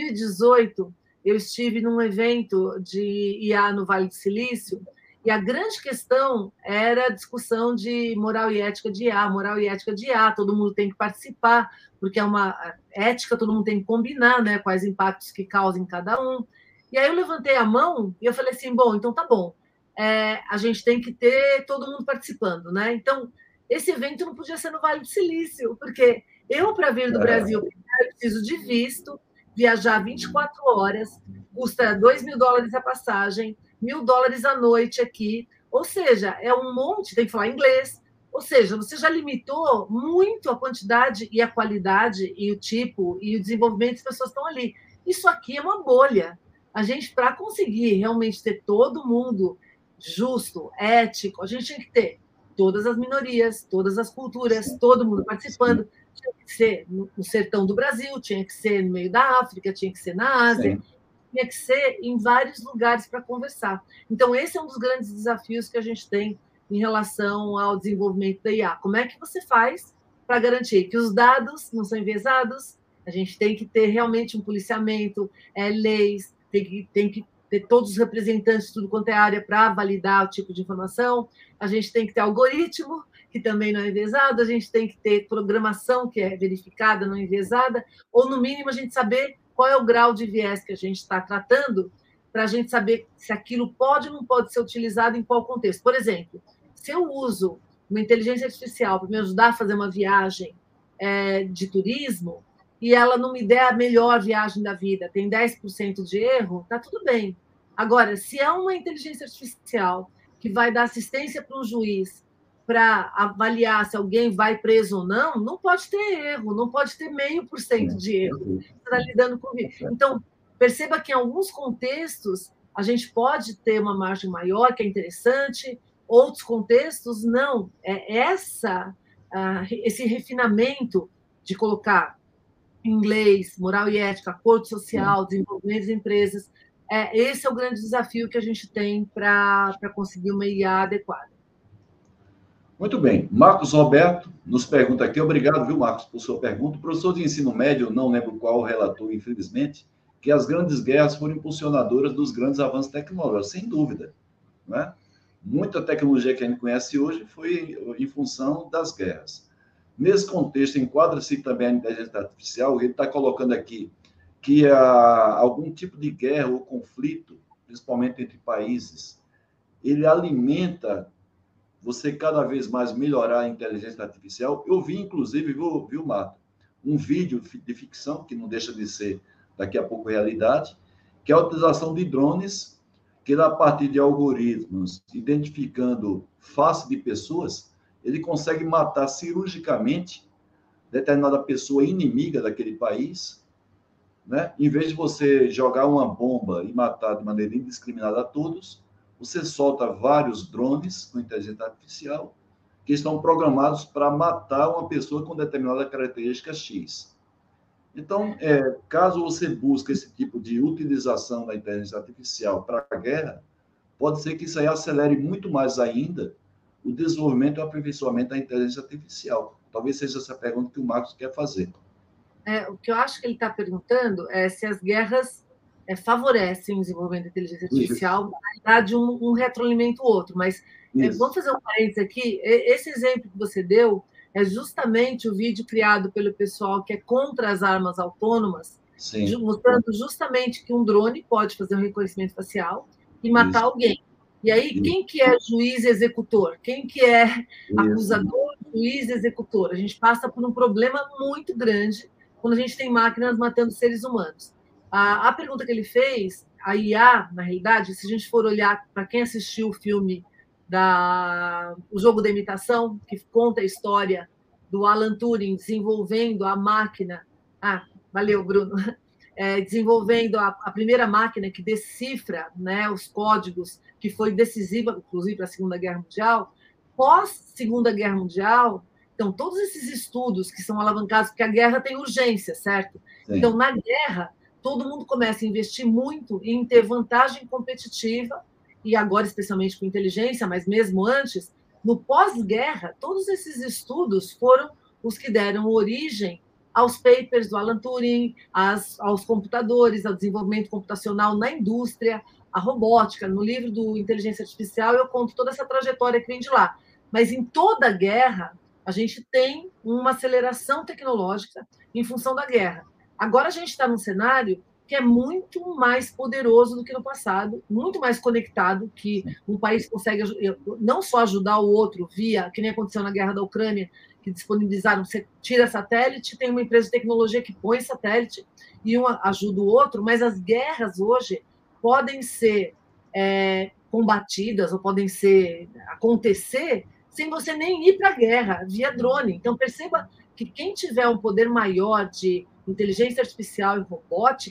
2018, eu estive num evento de IA no Vale do Silício, e a grande questão era a discussão de moral e ética de IA, moral e ética de IA, todo mundo tem que participar, porque é uma ética, todo mundo tem que combinar, né, quais impactos que causa em cada um. E aí eu levantei a mão e eu falei assim, bom, então tá bom, a gente tem que ter todo mundo participando, né? Então, esse evento não podia ser no Vale do Silício, porque eu, para vir do Brasil, eu preciso de visto, viajar 24 horas, custa $2.000 a passagem, $1.000 a noite aqui, ou seja, é um monte, tem que falar inglês, ou seja, você já limitou muito a quantidade e a qualidade e o tipo e o desenvolvimento das pessoas que estão ali. Isso aqui é uma bolha. A gente, para conseguir realmente ter todo mundo justo, ético, a gente tinha que ter todas as minorias, todas as culturas, Sim, todo mundo sim, participando. Tinha que ser no sertão do Brasil, tinha que ser no meio da África, tinha que ser na Ásia, sim. tinha que ser em vários lugares para conversar. Então, esse é um dos grandes desafios que a gente tem em relação ao desenvolvimento da IA. Como é que você faz para garantir que os dados não são enviesados? A gente tem que ter realmente um policiamento, leis, tem que ter todos os representantes de tudo quanto é área para validar o tipo de informação. A gente tem que ter algoritmo, que também não é enviesado, a gente tem que ter programação que é verificada, não enviesada, ou, no mínimo, a gente saber qual é o grau de viés que a gente está tratando, para a gente saber se aquilo pode ou não pode ser utilizado em qual contexto. Por exemplo, se eu uso uma inteligência artificial para me ajudar a fazer uma viagem de turismo e ela não me der a melhor viagem da vida, tem 10% de erro, está tudo bem. Agora, se é uma inteligência artificial que vai dar assistência para um juiz para avaliar se alguém vai preso ou não, não pode ter erro, não pode ter 0,5% de erro. Você está lidando com isso. Então, perceba que em alguns contextos a gente pode ter uma margem maior, que é interessante, outros contextos não. Esse refinamento de colocar inglês, moral e ética, acordo social, desenvolvimento de empresas, esse é o grande desafio que a gente tem para conseguir uma IA adequada. Muito bem. Marcos Roberto nos pergunta aqui, obrigado, viu, Marcos, por sua pergunta. O professor de ensino médio, não lembro qual relatou, infelizmente, que as grandes guerras foram impulsionadoras dos grandes avanços tecnológicos, sem dúvida. Não é? Muita tecnologia que a gente conhece hoje foi em função das guerras. Nesse contexto, enquadra-se também a inteligência artificial, ele está colocando aqui que algum tipo de guerra ou conflito, principalmente entre países, ele alimenta você cada vez mais melhorar a inteligência artificial. Eu vi, inclusive, viu, Marco, um vídeo de ficção, que não deixa de ser daqui a pouco realidade, que é a utilização de drones, que a partir de algoritmos, identificando face de pessoas, ele consegue matar cirurgicamente determinada pessoa inimiga daquele país, né? Em vez de você jogar uma bomba e matar de maneira indiscriminada a todos, você solta vários drones com inteligência artificial que estão programados para matar uma pessoa com determinada característica X. Então, caso você busque esse tipo de utilização da inteligência artificial para a guerra, pode ser que isso aí acelere muito mais ainda o desenvolvimento e o aperfeiçoamento da inteligência artificial. Talvez seja essa pergunta que o Marcos quer fazer. O que eu acho que ele está perguntando é se as guerras favorecem o desenvolvimento da inteligência artificial, na realidade, um retroalimenta o outro. Mas vamos fazer um parênteses aqui. Esse exemplo que você deu é justamente o vídeo criado pelo pessoal que é contra as armas autônomas, mostrando justamente que um drone pode fazer um reconhecimento facial e matar alguém. E aí, quem que é juiz e executor? Quem que é acusador, juiz e executor? A gente passa por um problema muito grande quando a gente tem máquinas matando seres humanos. A pergunta que ele fez, a IA, na realidade, se a gente for olhar para quem assistiu o filme O Jogo da Imitação, que conta a história do Alan Turing desenvolvendo a máquina... valeu, Bruno. Desenvolvendo a primeira máquina que decifra, né, os códigos, que foi decisiva, inclusive, para a Segunda Guerra Mundial. Pós-Segunda Guerra Mundial, então, todos esses estudos que são alavancados, porque a guerra tem urgência, certo? Sim. Então, na guerra, todo mundo começa a investir muito em ter vantagem competitiva, e agora, especialmente com inteligência, mas mesmo antes, no pós-guerra, todos esses estudos foram os que deram origem aos papers do Alan Turing, aos computadores, ao desenvolvimento computacional na indústria, a robótica. No livro do Inteligência Artificial, eu conto toda essa trajetória que vem de lá. Mas em toda a guerra, a gente tem uma aceleração tecnológica em função da guerra. Agora a gente está num cenário que é muito mais poderoso do que no passado, muito mais conectado, que um país consegue não só ajudar o outro via, que nem aconteceu na guerra da Ucrânia, que disponibilizaram, você tira satélite, tem uma empresa de tecnologia que põe satélite e um ajuda o outro, mas as guerras hoje podem ser combatidas ou podem acontecer sem você nem ir para a guerra, via drone. Então, perceba que quem tiver um poder maior de inteligência artificial e robótica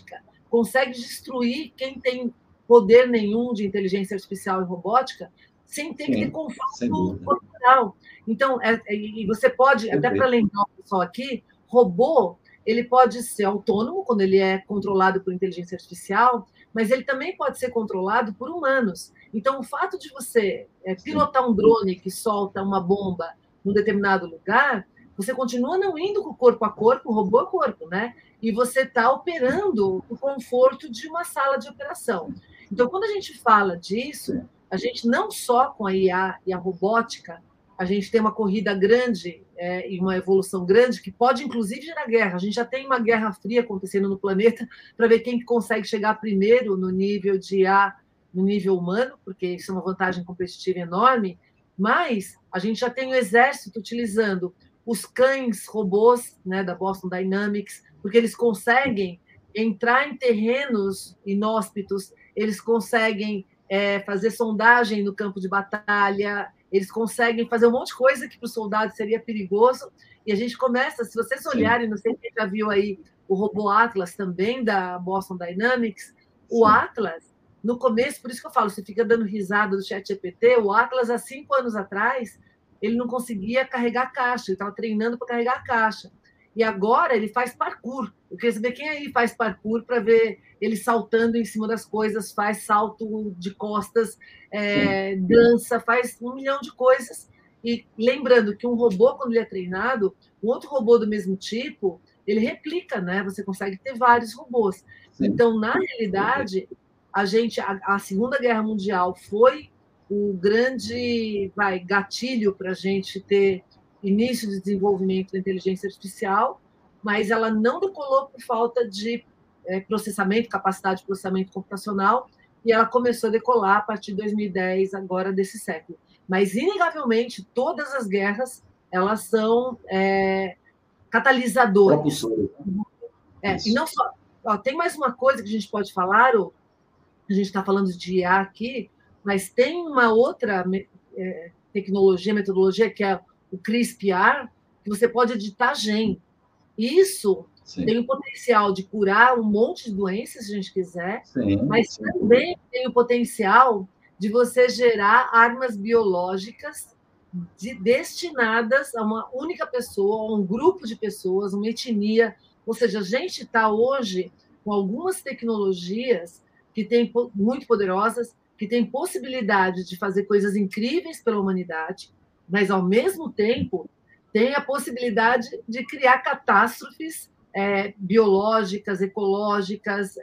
consegue destruir quem tem poder nenhum de inteligência artificial e robótica sem ter que ter conflito corporal. Então, e você pode, até para lembrar o pessoal aqui, robô, ele pode ser autônomo quando ele é controlado por inteligência artificial, mas ele também pode ser controlado por humanos. Então, o fato de você pilotar um drone que solta uma bomba num determinado lugar, você continua não indo corpo a corpo, robô a corpo, né? E você está operando o conforto de uma sala de operação. Então, quando a gente fala disso, a gente não só com a IA e a robótica, a gente tem uma corrida grande e uma evolução grande que pode, inclusive, gerar guerra. A gente já tem uma guerra fria acontecendo no planeta para ver quem consegue chegar primeiro no nível de IA, no nível humano, porque isso é uma vantagem competitiva enorme, mas a gente já tem o exército utilizando os cães robôs, né, da Boston Dynamics, porque eles conseguem entrar em terrenos inóspitos, eles conseguem fazer sondagem no campo de batalha, eles conseguem fazer um monte de coisa que para os soldados seria perigoso, e a gente começa, se vocês olharem, não sei quem já viu aí o robô Atlas também, da Boston Dynamics, o Atlas, no começo, por isso que eu falo, você fica dando risada do ChatGPT, o Atlas, há 5 anos atrás, ele não conseguia carregar a caixa, ele estava treinando para carregar a caixa. E agora ele faz parkour. Eu queria saber quem aí faz parkour para ver ele saltando em cima das coisas, faz salto de costas, dança, faz 1 milhão de coisas. E lembrando que um robô, quando ele é treinado, um outro robô do mesmo tipo, ele replica, né? Você consegue ter vários robôs. Então, na realidade, a Segunda Guerra Mundial foi o grande gatilho para a gente ter início de desenvolvimento da inteligência artificial, mas ela não decolou por falta de processamento, capacidade de processamento computacional, e ela começou a decolar a partir de 2010, agora desse século. Mas, inegavelmente, todas as guerras elas são catalisadores. E não só... tem mais uma coisa que a gente pode falar, a gente está falando de IA aqui, mas tem uma outra tecnologia, metodologia, que é o CRISPR, que você pode editar gene. Isso tem o potencial de curar um monte de doenças, se a gente quiser, mas também tem o potencial de você gerar armas biológicas destinadas a uma única pessoa, a um grupo de pessoas, uma etnia. Ou seja, a gente está hoje com algumas tecnologias que têm muito poderosas, que têm possibilidade de fazer coisas incríveis pela humanidade, mas, ao mesmo tempo, tem a possibilidade de criar catástrofes biológicas, ecológicas,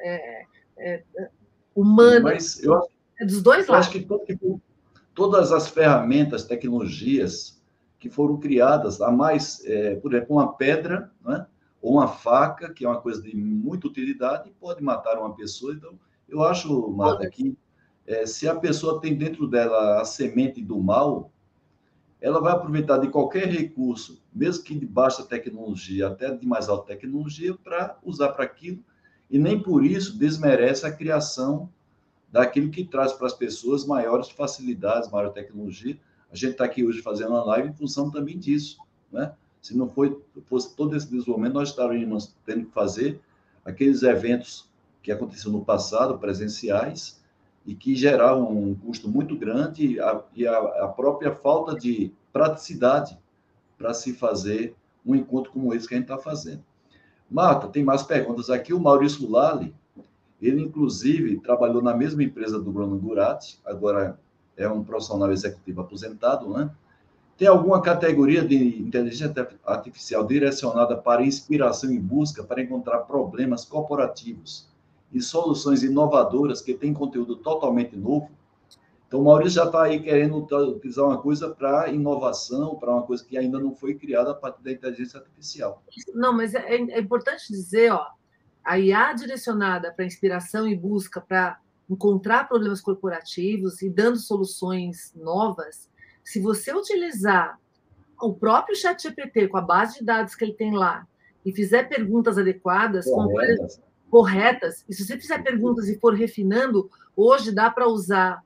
humanas, dos dois lados. Eu acho que todas as ferramentas, tecnologias que foram criadas, a mais, por exemplo, uma pedra, né? Ou uma faca, que é uma coisa de muita utilidade, pode matar uma pessoa. Então, eu acho, Marta, que se a pessoa tem dentro dela a semente do mal, ela vai aproveitar de qualquer recurso, mesmo que de baixa tecnologia, até de mais alta tecnologia, para usar para aquilo, e nem por isso desmerece a criação daquilo que traz para as pessoas maiores facilidades, maior tecnologia. A gente está aqui hoje fazendo uma live em função também disso, né? Se não fosse todo esse desenvolvimento, nós estaríamos tendo que fazer aqueles eventos que aconteceram no passado, presenciais, e que geravam um custo muito grande e a própria falta de praticidade para se fazer um encontro como esse que a gente está fazendo. Marta, tem mais perguntas aqui. O Maurício Lali, ele, inclusive, trabalhou na mesma empresa do Bruno Gurati, agora é um profissional executivo aposentado, né? Tem alguma categoria de inteligência artificial direcionada para inspiração e busca para encontrar problemas corporativos e soluções inovadoras que têm conteúdo totalmente novo? Então, o Maurício já está aí querendo utilizar uma coisa para inovação, para uma coisa que ainda não foi criada a partir da inteligência artificial. Não, mas é importante dizer, a IA direcionada para inspiração e busca para encontrar problemas corporativos e dando soluções novas, se você utilizar o próprio ChatGPT com a base de dados que ele tem lá e fizer perguntas adequadas, corretas, e se você fizer perguntas e for refinando, hoje dá para usar,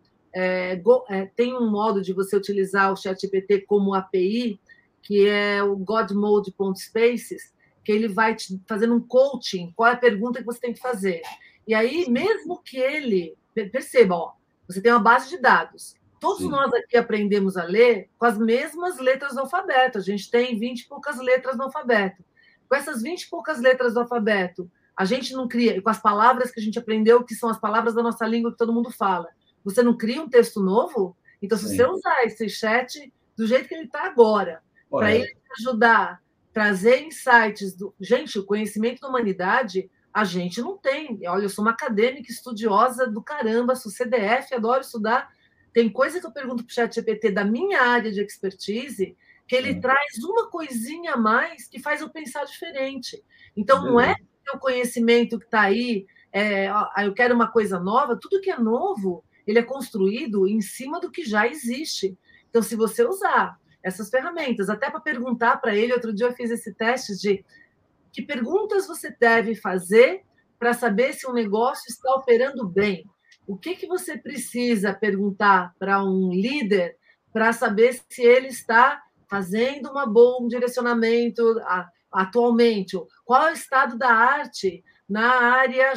tem um modo de você utilizar o ChatGPT como API, que é o godmode.spaces, que ele vai te fazendo um coaching, qual é a pergunta que você tem que fazer. E aí, mesmo que ele... Perceba, ó, você tem uma base de dados. Todos nós aqui aprendemos a ler com as mesmas letras do alfabeto. A gente tem 20 e poucas letras no alfabeto. Com essas 20 e poucas letras do alfabeto, a gente não cria... Com as palavras que a gente aprendeu, que são as palavras da nossa língua que todo mundo fala. Você não cria um texto novo? Então, se você usar esse chat do jeito que ele está agora, para ele ajudar, trazer insights... Gente, o conhecimento da humanidade... A gente não tem. Olha, eu sou uma acadêmica estudiosa do caramba, sou CDF, adoro estudar. Tem coisa que eu pergunto para o ChatGPT da minha área de expertise, que ele traz uma coisinha a mais que faz eu pensar diferente. Então, não é o conhecimento que está aí, eu quero uma coisa nova. Tudo que é novo, ele é construído em cima do que já existe. Então, se você usar essas ferramentas, até para perguntar para ele, outro dia eu fiz esse teste de que perguntas você deve fazer para saber se um negócio está operando bem? O que você precisa perguntar para um líder para saber se ele está fazendo um bom direcionamento atualmente? Qual é o estado da arte na área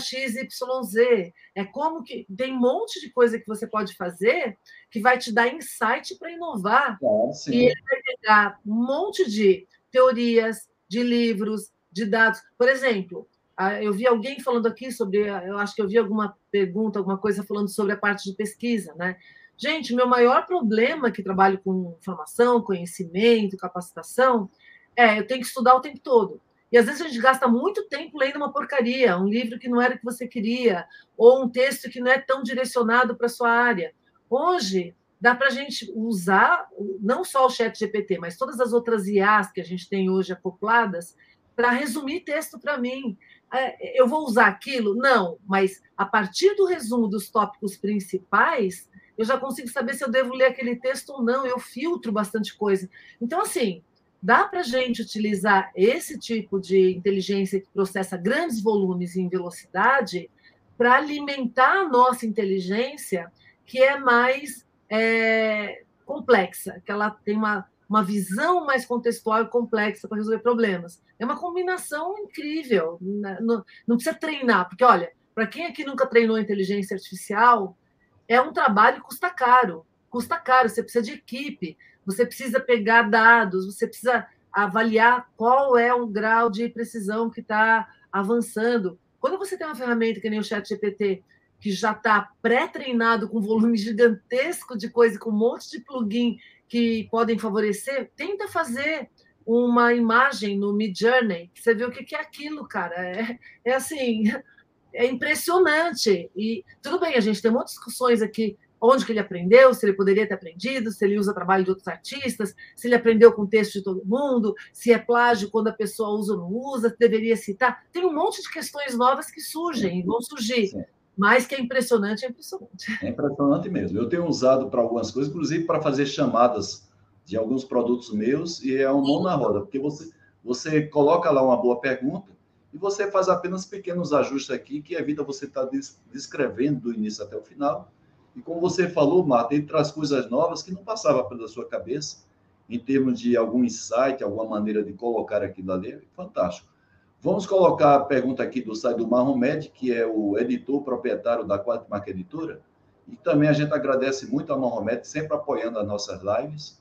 XYZ? É como que tem um monte de coisa que você pode fazer que vai te dar insight para inovar. E ele vai pegar um monte de teorias, de livros, de dados. Por exemplo, eu vi alguém falando aqui sobre, eu acho que eu vi alguma pergunta, alguma coisa falando sobre a parte de pesquisa, né? Gente, meu maior problema que trabalho com informação, conhecimento, capacitação, eu tenho que estudar o tempo todo. E às vezes a gente gasta muito tempo lendo uma porcaria, um livro que não era o que você queria, ou um texto que não é tão direcionado para a sua área. Hoje, dá para a gente usar não só o ChatGPT, mas todas as outras IAs que a gente tem hoje acopladas, para resumir texto para mim. Eu vou usar aquilo? Não, mas a partir do resumo dos tópicos principais, eu já consigo saber se eu devo ler aquele texto ou não, eu filtro bastante coisa. Então, assim, dá para a gente utilizar esse tipo de inteligência que processa grandes volumes em velocidade para alimentar a nossa inteligência, que é mais complexa, que ela tem uma visão mais contextual e complexa para resolver problemas. É uma combinação incrível. Não precisa treinar, porque, olha, para quem aqui nunca treinou inteligência artificial, é um trabalho que custa caro. Custa caro, você precisa de equipe, você precisa pegar dados, você precisa avaliar qual é o grau de precisão que está avançando. Quando você tem uma ferramenta que nem o ChatGPT, que já está pré-treinado com volume gigantesco de coisa, com um monte de plugin que podem favorecer, tenta fazer uma imagem no Midjourney, que você vê o que é aquilo, cara. Assim, é impressionante. E tudo bem, a gente tem muitas discussões aqui, onde que ele aprendeu, se ele poderia ter aprendido, se ele usa trabalho de outros artistas, se ele aprendeu com o texto de todo mundo, se é plágio quando a pessoa usa ou não usa, se deveria citar. Tem um monte de questões novas que surgem, e vão surgir. Sim. Mas que é impressionante, é impressionante. É impressionante mesmo. Eu tenho usado para algumas coisas, inclusive para fazer chamadas de alguns produtos meus, e é um mão na roda, porque você coloca lá uma boa pergunta e você faz apenas pequenos ajustes aqui, que evita você estar descrevendo do início até o final. E como você falou, Marta, ele traz coisas novas que não passavam pela sua cabeça, em termos de algum insight, alguma maneira de colocar aquilo ali. Fantástico. Vamos colocar a pergunta aqui do site do Mahomed, que é o editor proprietário da Quatmark Editora. E também a gente agradece muito a Mahomed, sempre apoiando as nossas lives.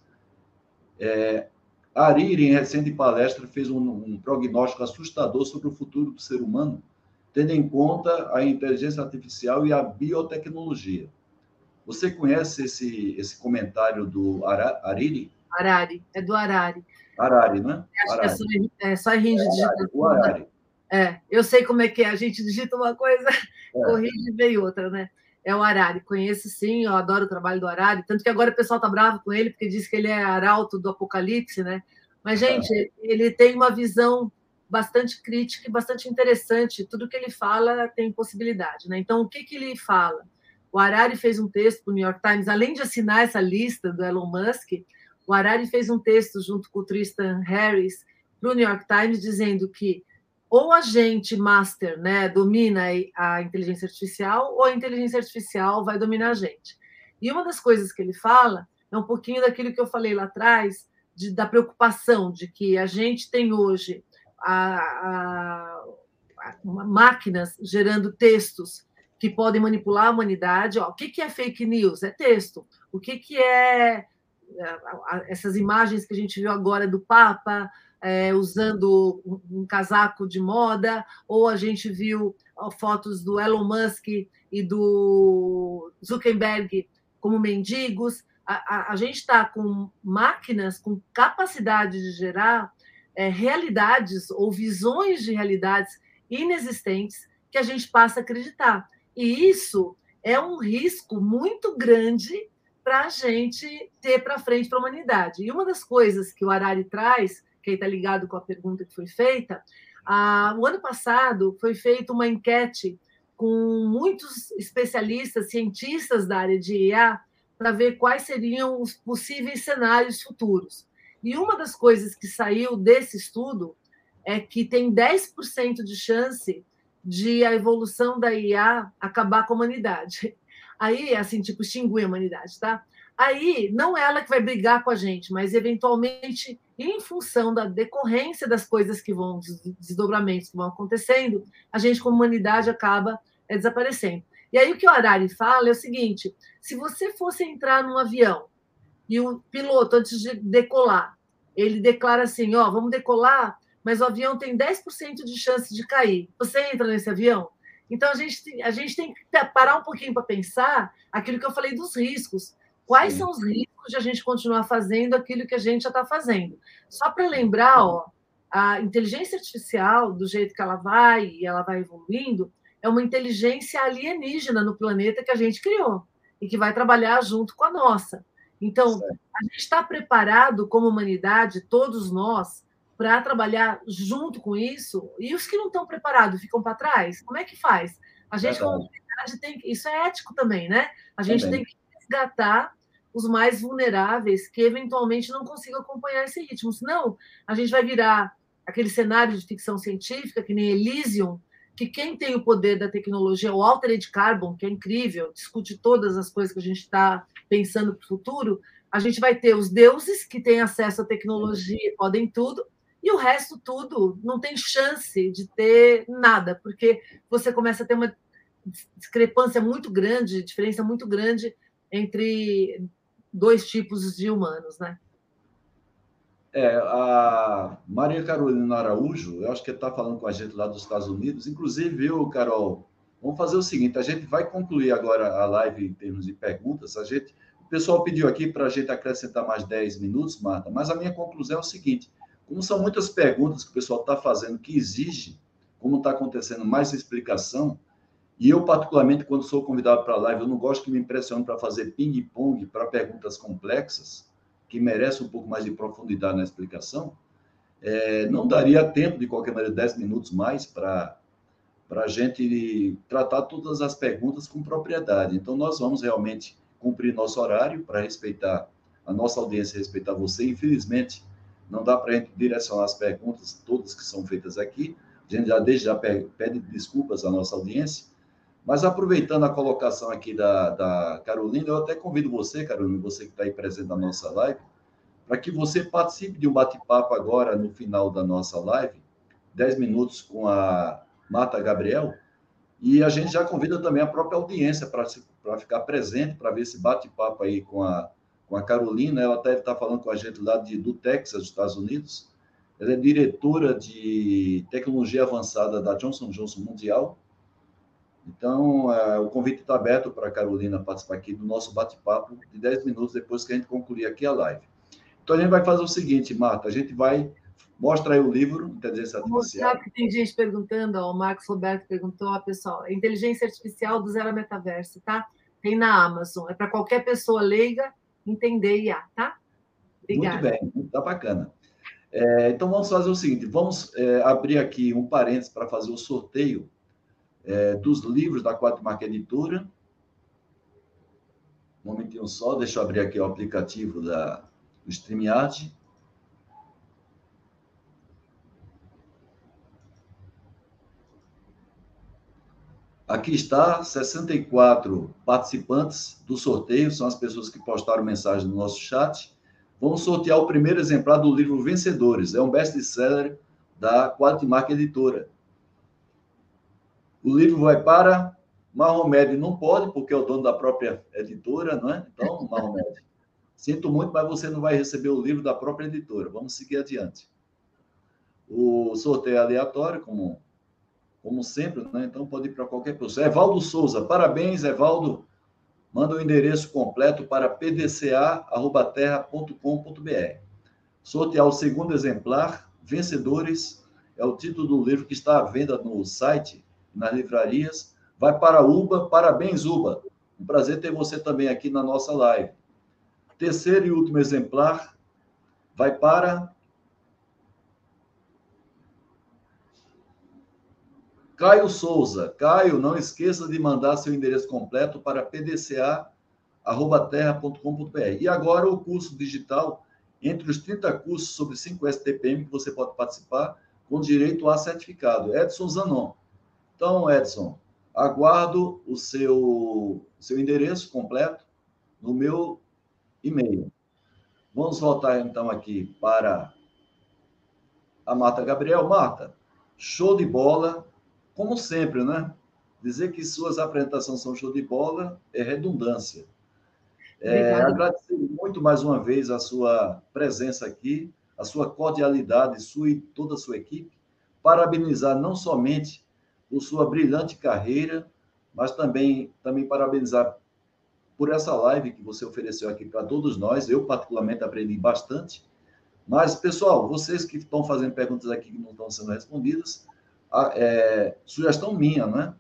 Ariri, em recente palestra, fez um prognóstico assustador sobre o futuro do ser humano, tendo em conta a inteligência artificial e a biotecnologia. Você conhece esse comentário do Ariri? Harari, é do Harari. Harari, né? Acho Harari. Que é só em digitação. O Harari. Eu sei como é que é. A gente digita uma coisa, corrige e vem outra, né? É o Harari. Conheço sim, eu adoro o trabalho do Harari. Tanto que agora o pessoal está bravo com ele, porque diz que ele é arauto do apocalipse, né? Mas, gente, ele tem uma visão bastante crítica e bastante interessante. Tudo que ele fala tem possibilidade, né? Então, o que ele fala? O Harari fez um texto para o New York Times, além de assinar essa lista do Elon Musk, o Harari fez um texto junto com o Tristan Harris para o New York Times dizendo que ou a gente master, né, domina a inteligência artificial, ou a inteligência artificial vai dominar a gente. E uma das coisas que ele fala é um pouquinho daquilo que eu falei lá atrás, da preocupação de que a gente tem hoje máquinas gerando textos que podem manipular a humanidade. Ó, o que é fake news? É texto. O que é essas imagens que a gente viu agora do Papa usando um casaco de moda, ou a gente viu fotos do Elon Musk e do Zuckerberg como mendigos. A gente está com máquinas com capacidade de gerar realidades ou visões de realidades inexistentes que a gente passa a acreditar. E isso é um risco muito grande para a gente ter para frente para a humanidade. E uma das coisas que o Harari traz, que está ligado com a pergunta que foi feita, o ano passado foi feita uma enquete com muitos especialistas, cientistas da área de IA, para ver quais seriam os possíveis cenários futuros. E uma das coisas que saiu desse estudo é que tem 10% de chance de a evolução da IA acabar com a humanidade. Aí, assim, tipo, extinguir a humanidade, tá? Aí, não é ela que vai brigar com a gente, mas, eventualmente, em função da decorrência das coisas que vão, dos desdobramentos que vão acontecendo, a gente, como humanidade, acaba desaparecendo. E aí, o que o Harari fala é o seguinte: se você fosse entrar num avião e o piloto, antes de decolar, ele declara assim, ó, vamos decolar, mas o avião tem 10% de chance de cair. Você entra nesse avião? Então, a gente tem que parar um pouquinho para pensar aquilo que eu falei dos riscos. Quais Sim. são os riscos de a gente continuar fazendo aquilo que a gente já está fazendo? Só para lembrar, ó, a inteligência artificial, do jeito que ela vai evoluindo, é uma inteligência alienígena no planeta que a gente criou e que vai trabalhar junto com a nossa. Então, a gente está preparado como humanidade, todos nós, para trabalhar junto com isso, e os que não estão preparados ficam para trás? Como é que faz? A gente, como humanidade, tem que... Isso é ético também, né? A gente tem que resgatar os mais vulneráveis que, eventualmente, não consigam acompanhar esse ritmo. Senão, a gente vai virar aquele cenário de ficção científica, que nem Elysium, que quem tem o poder da tecnologia, o Altered Carbon, que é incrível, discute todas as coisas que a gente está pensando para o futuro, a gente vai ter os deuses que têm acesso à tecnologia, podem tudo, e o resto tudo não tem chance de ter nada, porque você começa a ter uma discrepância muito grande, diferença muito grande entre dois tipos de humanos, né? A Maria Carolina Araújo, eu acho que está falando com a gente lá dos Estados Unidos. Inclusive, viu, Carol? Vamos fazer o seguinte: a gente vai concluir agora a live em termos de perguntas. O pessoal pediu aqui para a gente acrescentar mais 10 minutos, Marta, mas a minha conclusão é o seguinte: como são muitas perguntas que o pessoal está fazendo que exige, como está acontecendo, mais explicação, e eu, particularmente, quando sou convidado para a live, eu não gosto que me impressione para fazer ping-pong para perguntas complexas, que merecem um pouco mais de profundidade na explicação. Não daria tempo, de qualquer maneira, 10 minutos mais para a gente tratar todas as perguntas com propriedade. Então, nós vamos realmente cumprir nosso horário para respeitar a nossa audiência, respeitar você. Infelizmente, não dá para a gente direcionar as perguntas todas que são feitas aqui. A gente desde já pede desculpas à nossa audiência. Mas aproveitando a colocação aqui da Carolina, eu até convido você, Carolina, você que está aí presente na nossa live, para que você participe de um bate-papo agora no final da nossa live, 10 minutos com a Marta Gabriel, e a gente já convida também a própria audiência para ficar presente, para ver esse bate-papo aí com a Carolina. Ela até está falando com a gente lá do Texas, dos Estados Unidos. Ela é diretora de tecnologia avançada da Johnson & Johnson Mundial. Então, o convite está aberto para a Carolina participar aqui do nosso bate-papo de 10 minutos depois que a gente concluir aqui a live. Então, a gente vai fazer o seguinte, Marta, a gente vai mostrar aí o livro Inteligência Artificial. Mostrar que tem gente perguntando, ó, o Marcos Roberto perguntou, ó, pessoal, Inteligência Artificial do Zero Metaverso, tá? Tem na Amazon, é para qualquer pessoa leiga entender IA, tá? Obrigada. Muito bem, está bacana. Então, vamos fazer o seguinte, vamos abrir aqui um parênteses para fazer o sorteio dos livros da Quadrimarca Editora. Um momentinho só, deixa eu abrir aqui o aplicativo do StreamYard. Aqui está, 64 participantes do sorteio, são as pessoas que postaram mensagem no nosso chat. Vamos sortear o primeiro exemplar do livro Vencedores, é um best-seller da Quadrimarca Editora. O livro vai para Mahomed, não pode, porque é o dono da própria editora, não é? Então, Mahomed, sinto muito, mas você não vai receber o livro da própria editora. Vamos seguir adiante. O sorteio é aleatório, como sempre, né? Então pode ir para qualquer pessoa. Evaldo Souza, parabéns, Evaldo. Manda o endereço completo para pdca@terra.com.br. Sortear o segundo exemplar, Vencedores, é o título do livro que está à venda no site, nas livrarias. Vai para Uba, parabéns, Uba. Um prazer ter você também aqui na nossa live. Terceiro e último exemplar vai para Caio Souza. Caio, não esqueça de mandar seu endereço completo para pdca@terra.com.br. E agora o curso digital, entre os 30 cursos sobre 5S TPM que você pode participar, com direito a certificado. Edson Zanon. Então, Edson, aguardo o seu endereço completo no meu e-mail. Vamos voltar então aqui para a Marta Gabriel. Marta, show de bola, como sempre, né? Dizer que suas apresentações são show de bola é redundância. Agradecer muito mais uma vez a sua presença aqui, a sua cordialidade, sua e toda a sua equipe. Parabenizar não somente por sua brilhante carreira, mas também parabenizar por essa live que você ofereceu aqui para todos nós. Eu, particularmente, aprendi bastante. Mas, pessoal, vocês que estão fazendo perguntas aqui que não estão sendo respondidas, sugestão minha, né?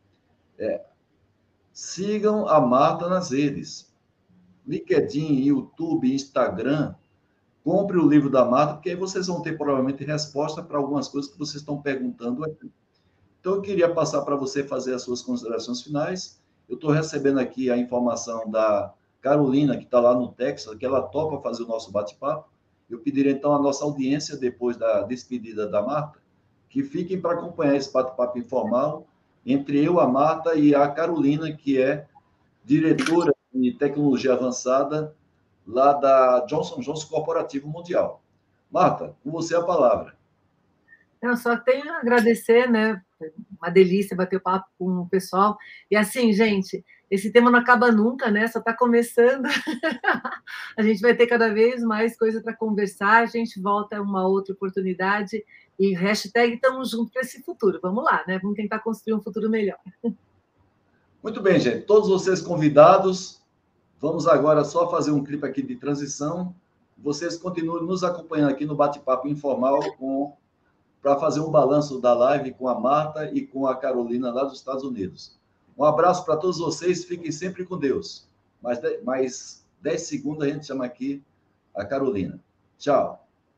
Sigam a Marta nas redes. LinkedIn, YouTube, Instagram. Compre o livro da Marta, porque aí vocês vão ter provavelmente resposta para algumas coisas que vocês estão perguntando aqui. Então, eu queria passar para você fazer as suas considerações finais. Eu estou recebendo aqui a informação da Carolina, que está lá no Texas, que ela topa fazer o nosso bate-papo. Eu pediria, então, à nossa audiência, depois da despedida da Marta, que fiquem para acompanhar esse bate-papo informal entre eu, a Marta e a Carolina, que é diretora de tecnologia avançada lá da Johnson & Johnson Corporativo Mundial. Marta, com você a palavra. Eu só tenho a agradecer, né? Uma delícia bater o papo com o pessoal. E assim, gente, esse tema não acaba nunca, né? Só está começando. A gente vai ter cada vez mais coisa para conversar. A gente volta a uma outra oportunidade. E hashtag estamos juntos para esse futuro. Vamos lá, né? Vamos tentar construir um futuro melhor. Muito bem, gente. Todos vocês convidados. Vamos agora só fazer um clipe aqui de transição. Vocês continuem nos acompanhando aqui no bate-papo informal para fazer um balanço da live com a Marta e com a Carolina lá dos Estados Unidos. Um abraço para todos vocês, fiquem sempre com Deus. Mais 10 segundos a gente chama aqui a Carolina. Tchau.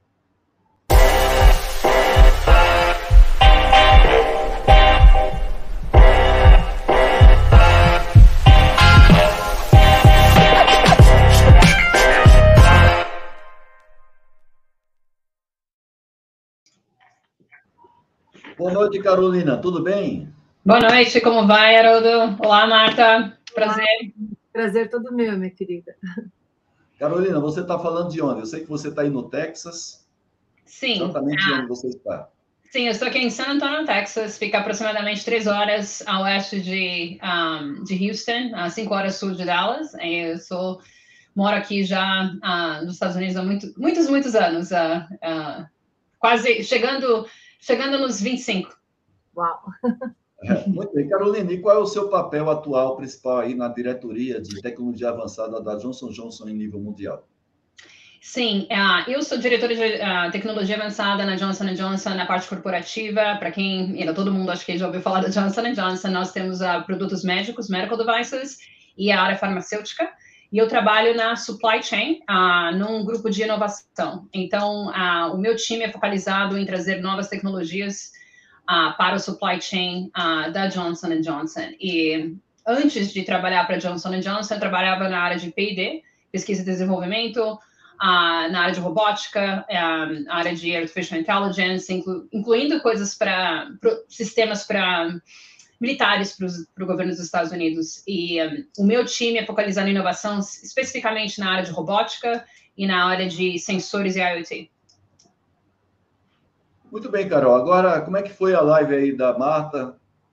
Boa noite, Carolina. Tudo bem? Boa noite, como vai, Haroldo? Olá, Marta. Prazer. Olá. Prazer todo meu, minha querida. Carolina, você está falando de onde? Eu sei que você está aí no Texas. Sim. Exatamente onde você está. Sim, eu estou aqui em San Antonio, Texas. Fica aproximadamente 3 horas a oeste de Houston, 5 horas sul de Dallas. Eu moro aqui já nos Estados Unidos há muitos anos. Quase chegando nos 25. Uau! Muito bem. Carolina, e qual é o seu papel atual principal aí na diretoria de tecnologia avançada da Johnson & Johnson em nível mundial? Sim, eu sou diretora de tecnologia avançada na Johnson & Johnson na parte corporativa. Para quem, todo mundo acho que já ouviu falar da Johnson & Johnson, nós temos produtos médicos, medical devices, e a área farmacêutica. E eu trabalho na supply chain, num grupo de inovação. Então, o meu time é focalizado em trazer novas tecnologias para o supply chain da Johnson & Johnson. E antes de trabalhar para a Johnson & Johnson, eu trabalhava na área de P&D, pesquisa e desenvolvimento, na área de robótica, área de artificial intelligence, incluindo coisas para sistemas para militares para o governo dos Estados Unidos. E o meu time é focalizado em inovação, especificamente na área de robótica e na área de sensores e IoT. Muito bem, Carol. Agora, como é que foi a live aí da Marta?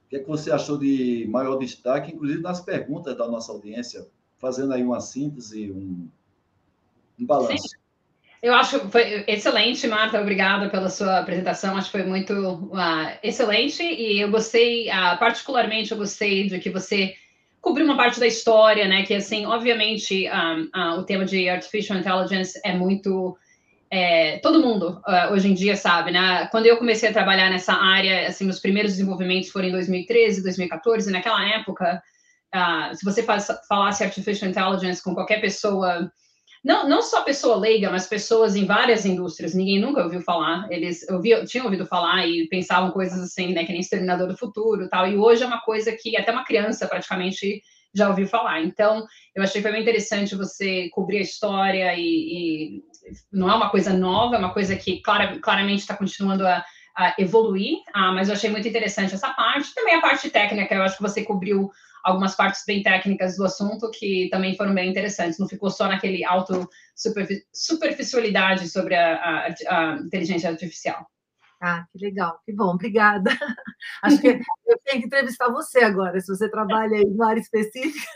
O que é que você achou de maior destaque, inclusive nas perguntas da nossa audiência, fazendo aí uma síntese, um balanço? Sim. Eu acho que foi excelente, Marta. Obrigada pela sua apresentação. Acho que foi muito excelente e eu gostei, particularmente, eu gostei de que você cobriu uma parte da história, né? Que, assim, obviamente, o tema de Artificial Intelligence é muito... todo mundo hoje em dia sabe, né? Quando eu comecei a trabalhar nessa área, assim, os primeiros desenvolvimentos foram em 2013, 2014, naquela época, se você falasse Artificial Intelligence com qualquer pessoa... Não só pessoa leiga, mas pessoas em várias indústrias. Ninguém nunca ouviu falar. Eles tinham ouvido falar e pensavam coisas assim, né, que nem Exterminador do Futuro e tal. E hoje é uma coisa que até uma criança praticamente já ouviu falar. Então, eu achei que foi bem interessante você cobrir a história e não é uma coisa nova, é uma coisa que claramente está continuando a evoluir, mas eu achei muito interessante essa parte. Também a parte técnica, eu acho que você cobriu algumas partes bem técnicas do assunto que também foram bem interessantes. Não ficou só naquele superficialidade sobre a inteligência artificial. Ah, que legal, que bom, obrigada. Acho que eu tenho que entrevistar você agora, se você trabalha em uma área específica.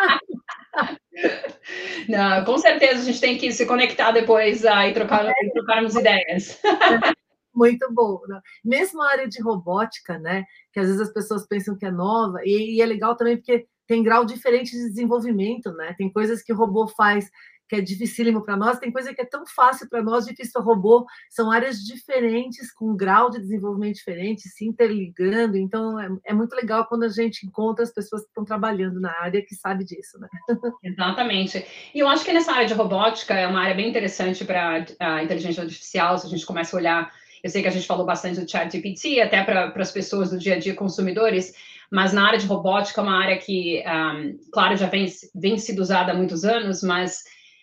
Não, com certeza a gente tem que se conectar depois e trocarmos ideias. Muito bom. Né? Mesmo a área de robótica, né? Que às vezes as pessoas pensam que é nova, e é legal também porque tem grau diferente de desenvolvimento, né? Tem coisas que o robô faz que é dificílimo para nós, tem coisa que é tão fácil para nós, difícil para o robô. São áreas diferentes, com grau de desenvolvimento diferente, se interligando. Então, é muito legal quando a gente encontra as pessoas que estão trabalhando na área que sabem disso, né? Exatamente. E eu acho que nessa área de robótica é uma área bem interessante para a inteligência artificial, se a gente começa a olhar. Eu sei que a gente falou bastante do ChatGPT, até para as pessoas do dia a dia, consumidores, mas na área de robótica é uma área que, claro, já vem sido usada há muitos anos, mas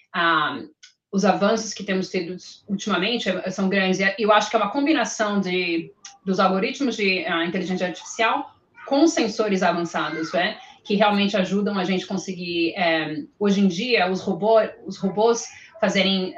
os avanços que temos tido ultimamente são grandes. E eu acho que é uma combinação dos algoritmos de inteligência artificial com sensores avançados, né? Que realmente ajudam a gente conseguir, hoje em dia, os robôs fazerem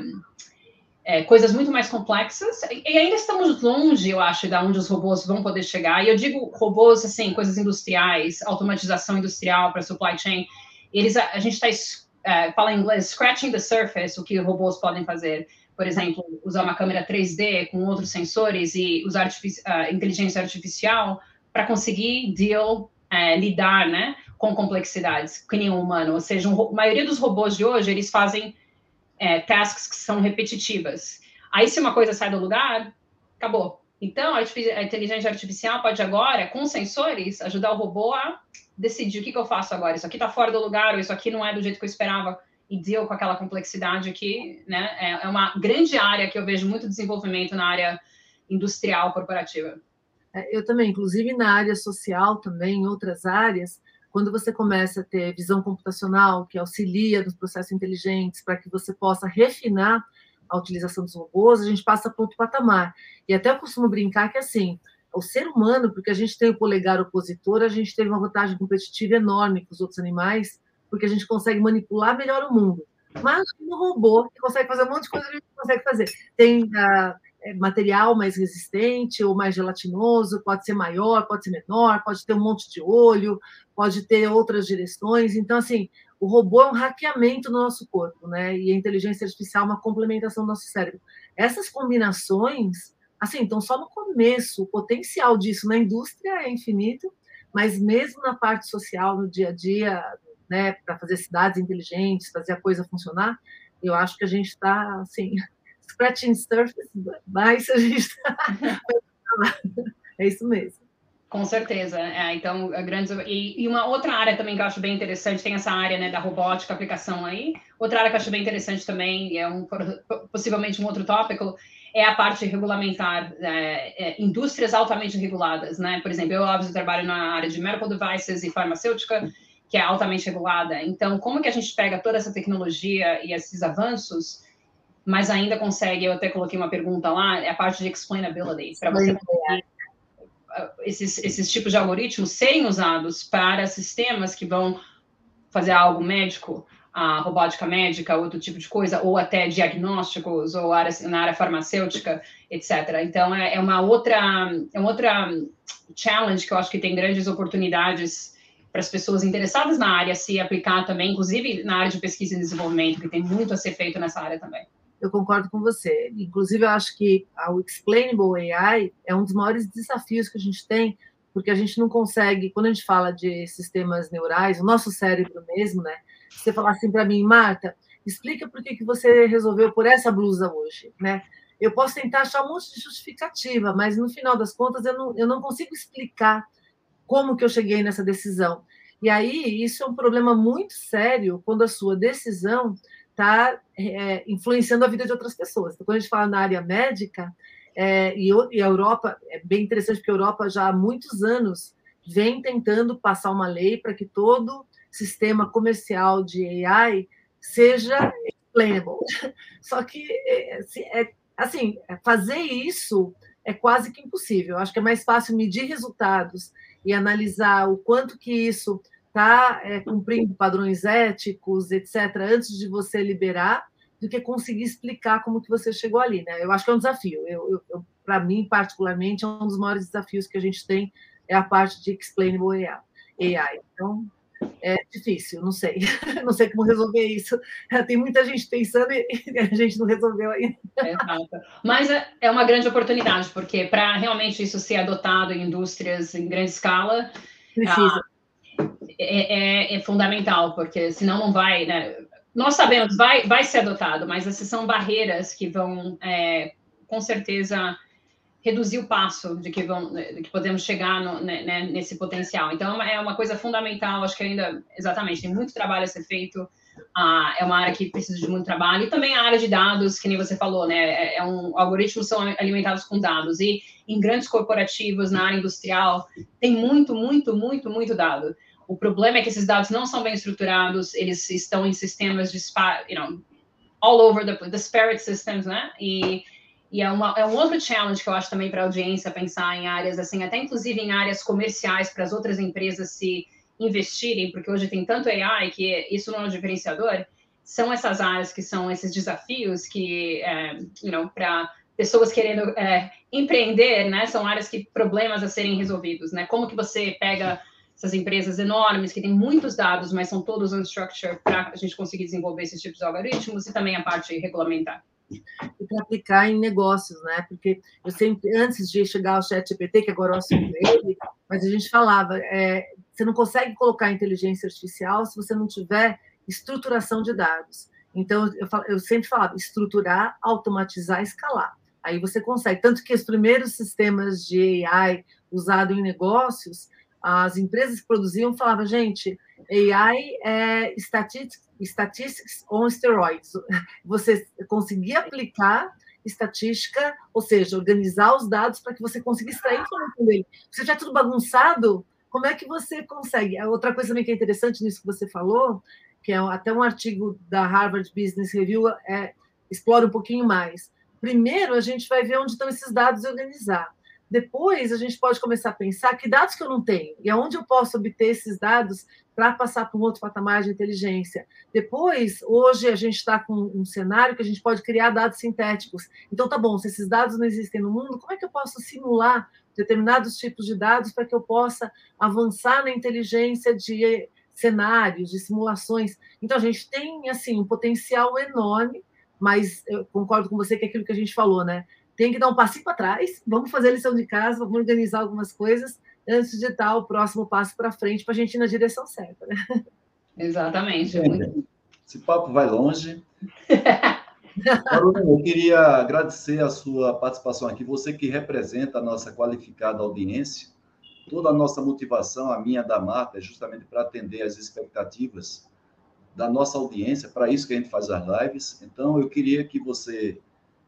coisas muito mais complexas, e ainda estamos longe, eu acho, de onde os robôs vão poder chegar. E eu digo robôs, assim, coisas industriais, automatização industrial para supply chain. A gente está, fala em inglês, scratching the surface, o que robôs podem fazer. Por exemplo, usar uma câmera 3D com outros sensores e usar inteligência artificial para conseguir lidar, né, com complexidades, que nem um humano. Ou seja, a maioria dos robôs de hoje, eles fazem tasks que são repetitivas. Aí, se uma coisa sai do lugar, acabou. Então, a inteligência artificial pode agora, com sensores, ajudar o robô a decidir o que eu faço agora. Isso aqui está fora do lugar, ou isso aqui não é do jeito que eu esperava, e deal com aquela complexidade que, né, é uma grande área que eu vejo muito desenvolvimento na área industrial corporativa. Eu também, inclusive na área social também, em outras áreas, quando você começa a ter visão computacional, que auxilia nos processos inteligentes, para que você possa refinar a utilização dos robôs, a gente passa para outro patamar. E até eu costumo brincar que, assim, o ser humano, porque a gente tem o polegar opositor, a gente teve uma vantagem competitiva enorme com os outros animais, porque a gente consegue manipular melhor o mundo. Mas o robô, que consegue fazer um monte de coisa, a gente não consegue fazer. Tem material mais resistente ou mais gelatinoso, pode ser maior, pode ser menor, pode ter um monte de olho, pode ter outras direções. Então, assim, o robô é um hackeamento do nosso corpo, né? E a inteligência artificial é uma complementação do nosso cérebro. Essas combinações, assim, estão só no começo. O potencial disso na indústria é infinito, mas mesmo na parte social, no dia a dia, né, para fazer cidades inteligentes, fazer a coisa funcionar, eu acho que a gente está, assim, scratching surface, mas a gente está... É isso mesmo. Com certeza. Então, e uma outra área também que eu acho bem interessante, tem essa área, né, da robótica, aplicação aí. Outra área que eu acho bem interessante também, e possivelmente um outro tópico, é a parte regulamentar, indústrias altamente reguladas, né? Por exemplo, eu obviamente trabalho na área de medical devices e farmacêutica, que é altamente regulada. Então, como que a gente pega toda essa tecnologia e esses avanços, mas ainda consegue, eu até coloquei uma pergunta lá, é a parte de explainability, para você conseguir esses tipos de algoritmos serem usados para sistemas que vão fazer algo médico, a robótica médica, outro tipo de coisa, ou até diagnósticos, ou na área farmacêutica, etc. Então, é um outra challenge que eu acho que tem grandes oportunidades para as pessoas interessadas na área se aplicar também, inclusive na área de pesquisa e desenvolvimento, que tem muito a ser feito nessa área também. Eu concordo com você. Inclusive, eu acho que o Explainable AI é um dos maiores desafios que a gente tem, porque a gente não consegue, quando a gente fala de sistemas neurais, o nosso cérebro mesmo, né? Se você falar assim para mim, Marta, explica por que você resolveu por essa blusa hoje, né? Eu posso tentar achar um monte de justificativa, mas no final das contas eu não consigo explicar como que eu cheguei nessa decisão. E aí, isso é um problema muito sério quando a sua decisão está influenciando a vida de outras pessoas. Então, quando a gente fala na área médica, e a Europa, é bem interessante, porque a Europa já há muitos anos vem tentando passar uma lei para que todo sistema comercial de AI seja explainable. Só que, assim, fazer isso é quase que impossível. Eu acho que é mais fácil medir resultados e analisar o quanto que isso está cumprindo padrões éticos, etc., antes de você liberar, do que conseguir explicar como que você chegou ali, né? Eu acho que é um desafio. Para mim, particularmente, é um dos maiores desafios que a gente tem, é a parte de Explainable AI. Então, é difícil, não sei. Não sei como resolver isso. Tem muita gente pensando e a gente não resolveu ainda. Exato. Mas é uma grande oportunidade, porque para realmente isso ser adotado em indústrias em grande escala, precisa. É fundamental, porque senão não vai, né? Nós sabemos, vai ser adotado, mas essas são barreiras que vão, com certeza, reduzir o passo de que podemos chegar nesse potencial. Então, é uma coisa fundamental, acho que ainda, exatamente, tem muito trabalho a ser feito, é uma área que precisa de muito trabalho, e também a área de dados, que nem você falou, né, algoritmos são alimentados com dados, e em grandes corporativos, na área industrial, tem muito, muito, muito, muito dado. O problema é que esses dados não são bem estruturados, eles estão em sistemas all over the disparate systems, né, e é um outro challenge que eu acho também para a audiência pensar em áreas assim, até inclusive em áreas comerciais para as outras empresas se investirem, porque hoje tem tanto AI que isso não é um diferenciador, são essas áreas que são esses desafios que, para pessoas querendo empreender, né, são áreas que problemas a serem resolvidos, né, como que você pega essas empresas enormes que têm muitos dados, mas são todos unstructured para a gente conseguir desenvolver esses tipos de algoritmos e também a parte regulamentar. E para aplicar em negócios, né? Porque eu sempre, antes de chegar ao ChatGPT, que agora eu assumo ele, mas a gente falava, você não consegue colocar inteligência artificial se você não tiver estruturação de dados. Então, eu sempre falava, estruturar, automatizar, escalar. Aí você consegue. Tanto que os primeiros sistemas de AI usados em negócios, as empresas que produziam falavam, gente, AI é statistics on steroids. Você conseguir aplicar estatística, ou seja, organizar os dados para que você consiga extrair informação dele. Se já é tudo bagunçado, como é que você consegue? Outra coisa também que é interessante nisso que você falou, que é até um artigo da Harvard Business Review, explora um pouquinho mais. Primeiro, a gente vai ver onde estão esses dados e organizar. Depois, a gente pode começar a pensar que dados que eu não tenho e aonde eu posso obter esses dados para passar para um outro patamar de inteligência. Depois, hoje, a gente está com um cenário que a gente pode criar dados sintéticos. Então, tá bom, se esses dados não existem no mundo, como é que eu posso simular determinados tipos de dados para que eu possa avançar na inteligência de cenários, de simulações? Então, a gente tem, assim, um potencial enorme, mas eu concordo com você que é aquilo que a gente falou, né? Tem que dar um passinho para trás, vamos fazer a lição de casa, vamos organizar algumas coisas antes de dar o próximo passo para frente para a gente ir na direção certa, né? Exatamente. Esse papo vai longe. Carolina, eu queria agradecer a sua participação aqui, você que representa a nossa qualificada audiência. Toda a nossa motivação, a minha, da Marta, é justamente para atender as expectativas da nossa audiência, para isso que a gente faz as lives. Então, eu queria que você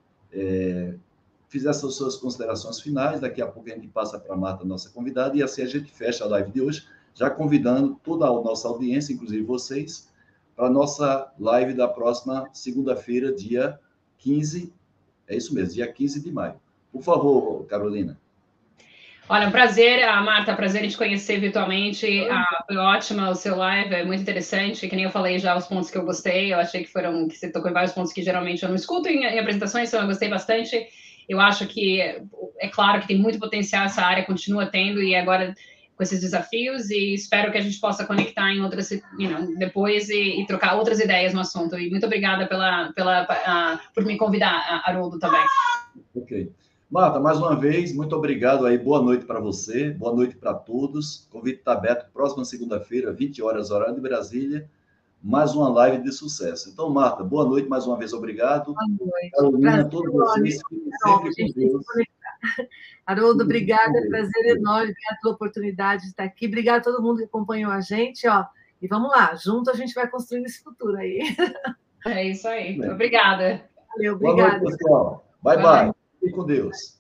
fizesse as suas considerações finais, daqui a pouco a gente passa para a Marta, nossa convidada, e assim a gente fecha a live de hoje, já convidando toda a nossa audiência, inclusive vocês, para a nossa live da próxima segunda-feira, dia 15, é isso mesmo, dia 15 de maio. Por favor, Carolina. Olha, um prazer, Marta, prazer em te conhecer virtualmente. Foi ótima o seu live, é muito interessante. Que nem eu falei já os pontos que eu gostei. Eu achei que você tocou em vários pontos que geralmente eu não escuto em apresentações, então eu gostei bastante. Eu acho que é claro que tem muito potencial, essa área continua tendo, e agora com esses desafios, e espero que a gente possa conectar em outras, depois e trocar outras ideias no assunto. E muito obrigada por me convidar, Haroldo, também. Ok. Marta, mais uma vez, muito obrigado aí. Boa noite para você, boa noite para todos. O convite está aberto próxima segunda-feira, 20 horas, horário de Brasília. Mais uma live de sucesso. Então, Marta, boa noite mais uma vez, obrigado. Boa noite. Carolina, todos vocês, fiquem sempre com Deus. Haroldo, obrigada, prazer enorme, obrigada pela oportunidade de estar aqui, obrigada a todo mundo que acompanhou a gente, ó, e vamos lá, junto a gente vai construindo esse futuro aí. É isso aí, obrigada. Valeu, obrigada. Boa noite, pessoal. Bye, bye. Fiquem com Deus.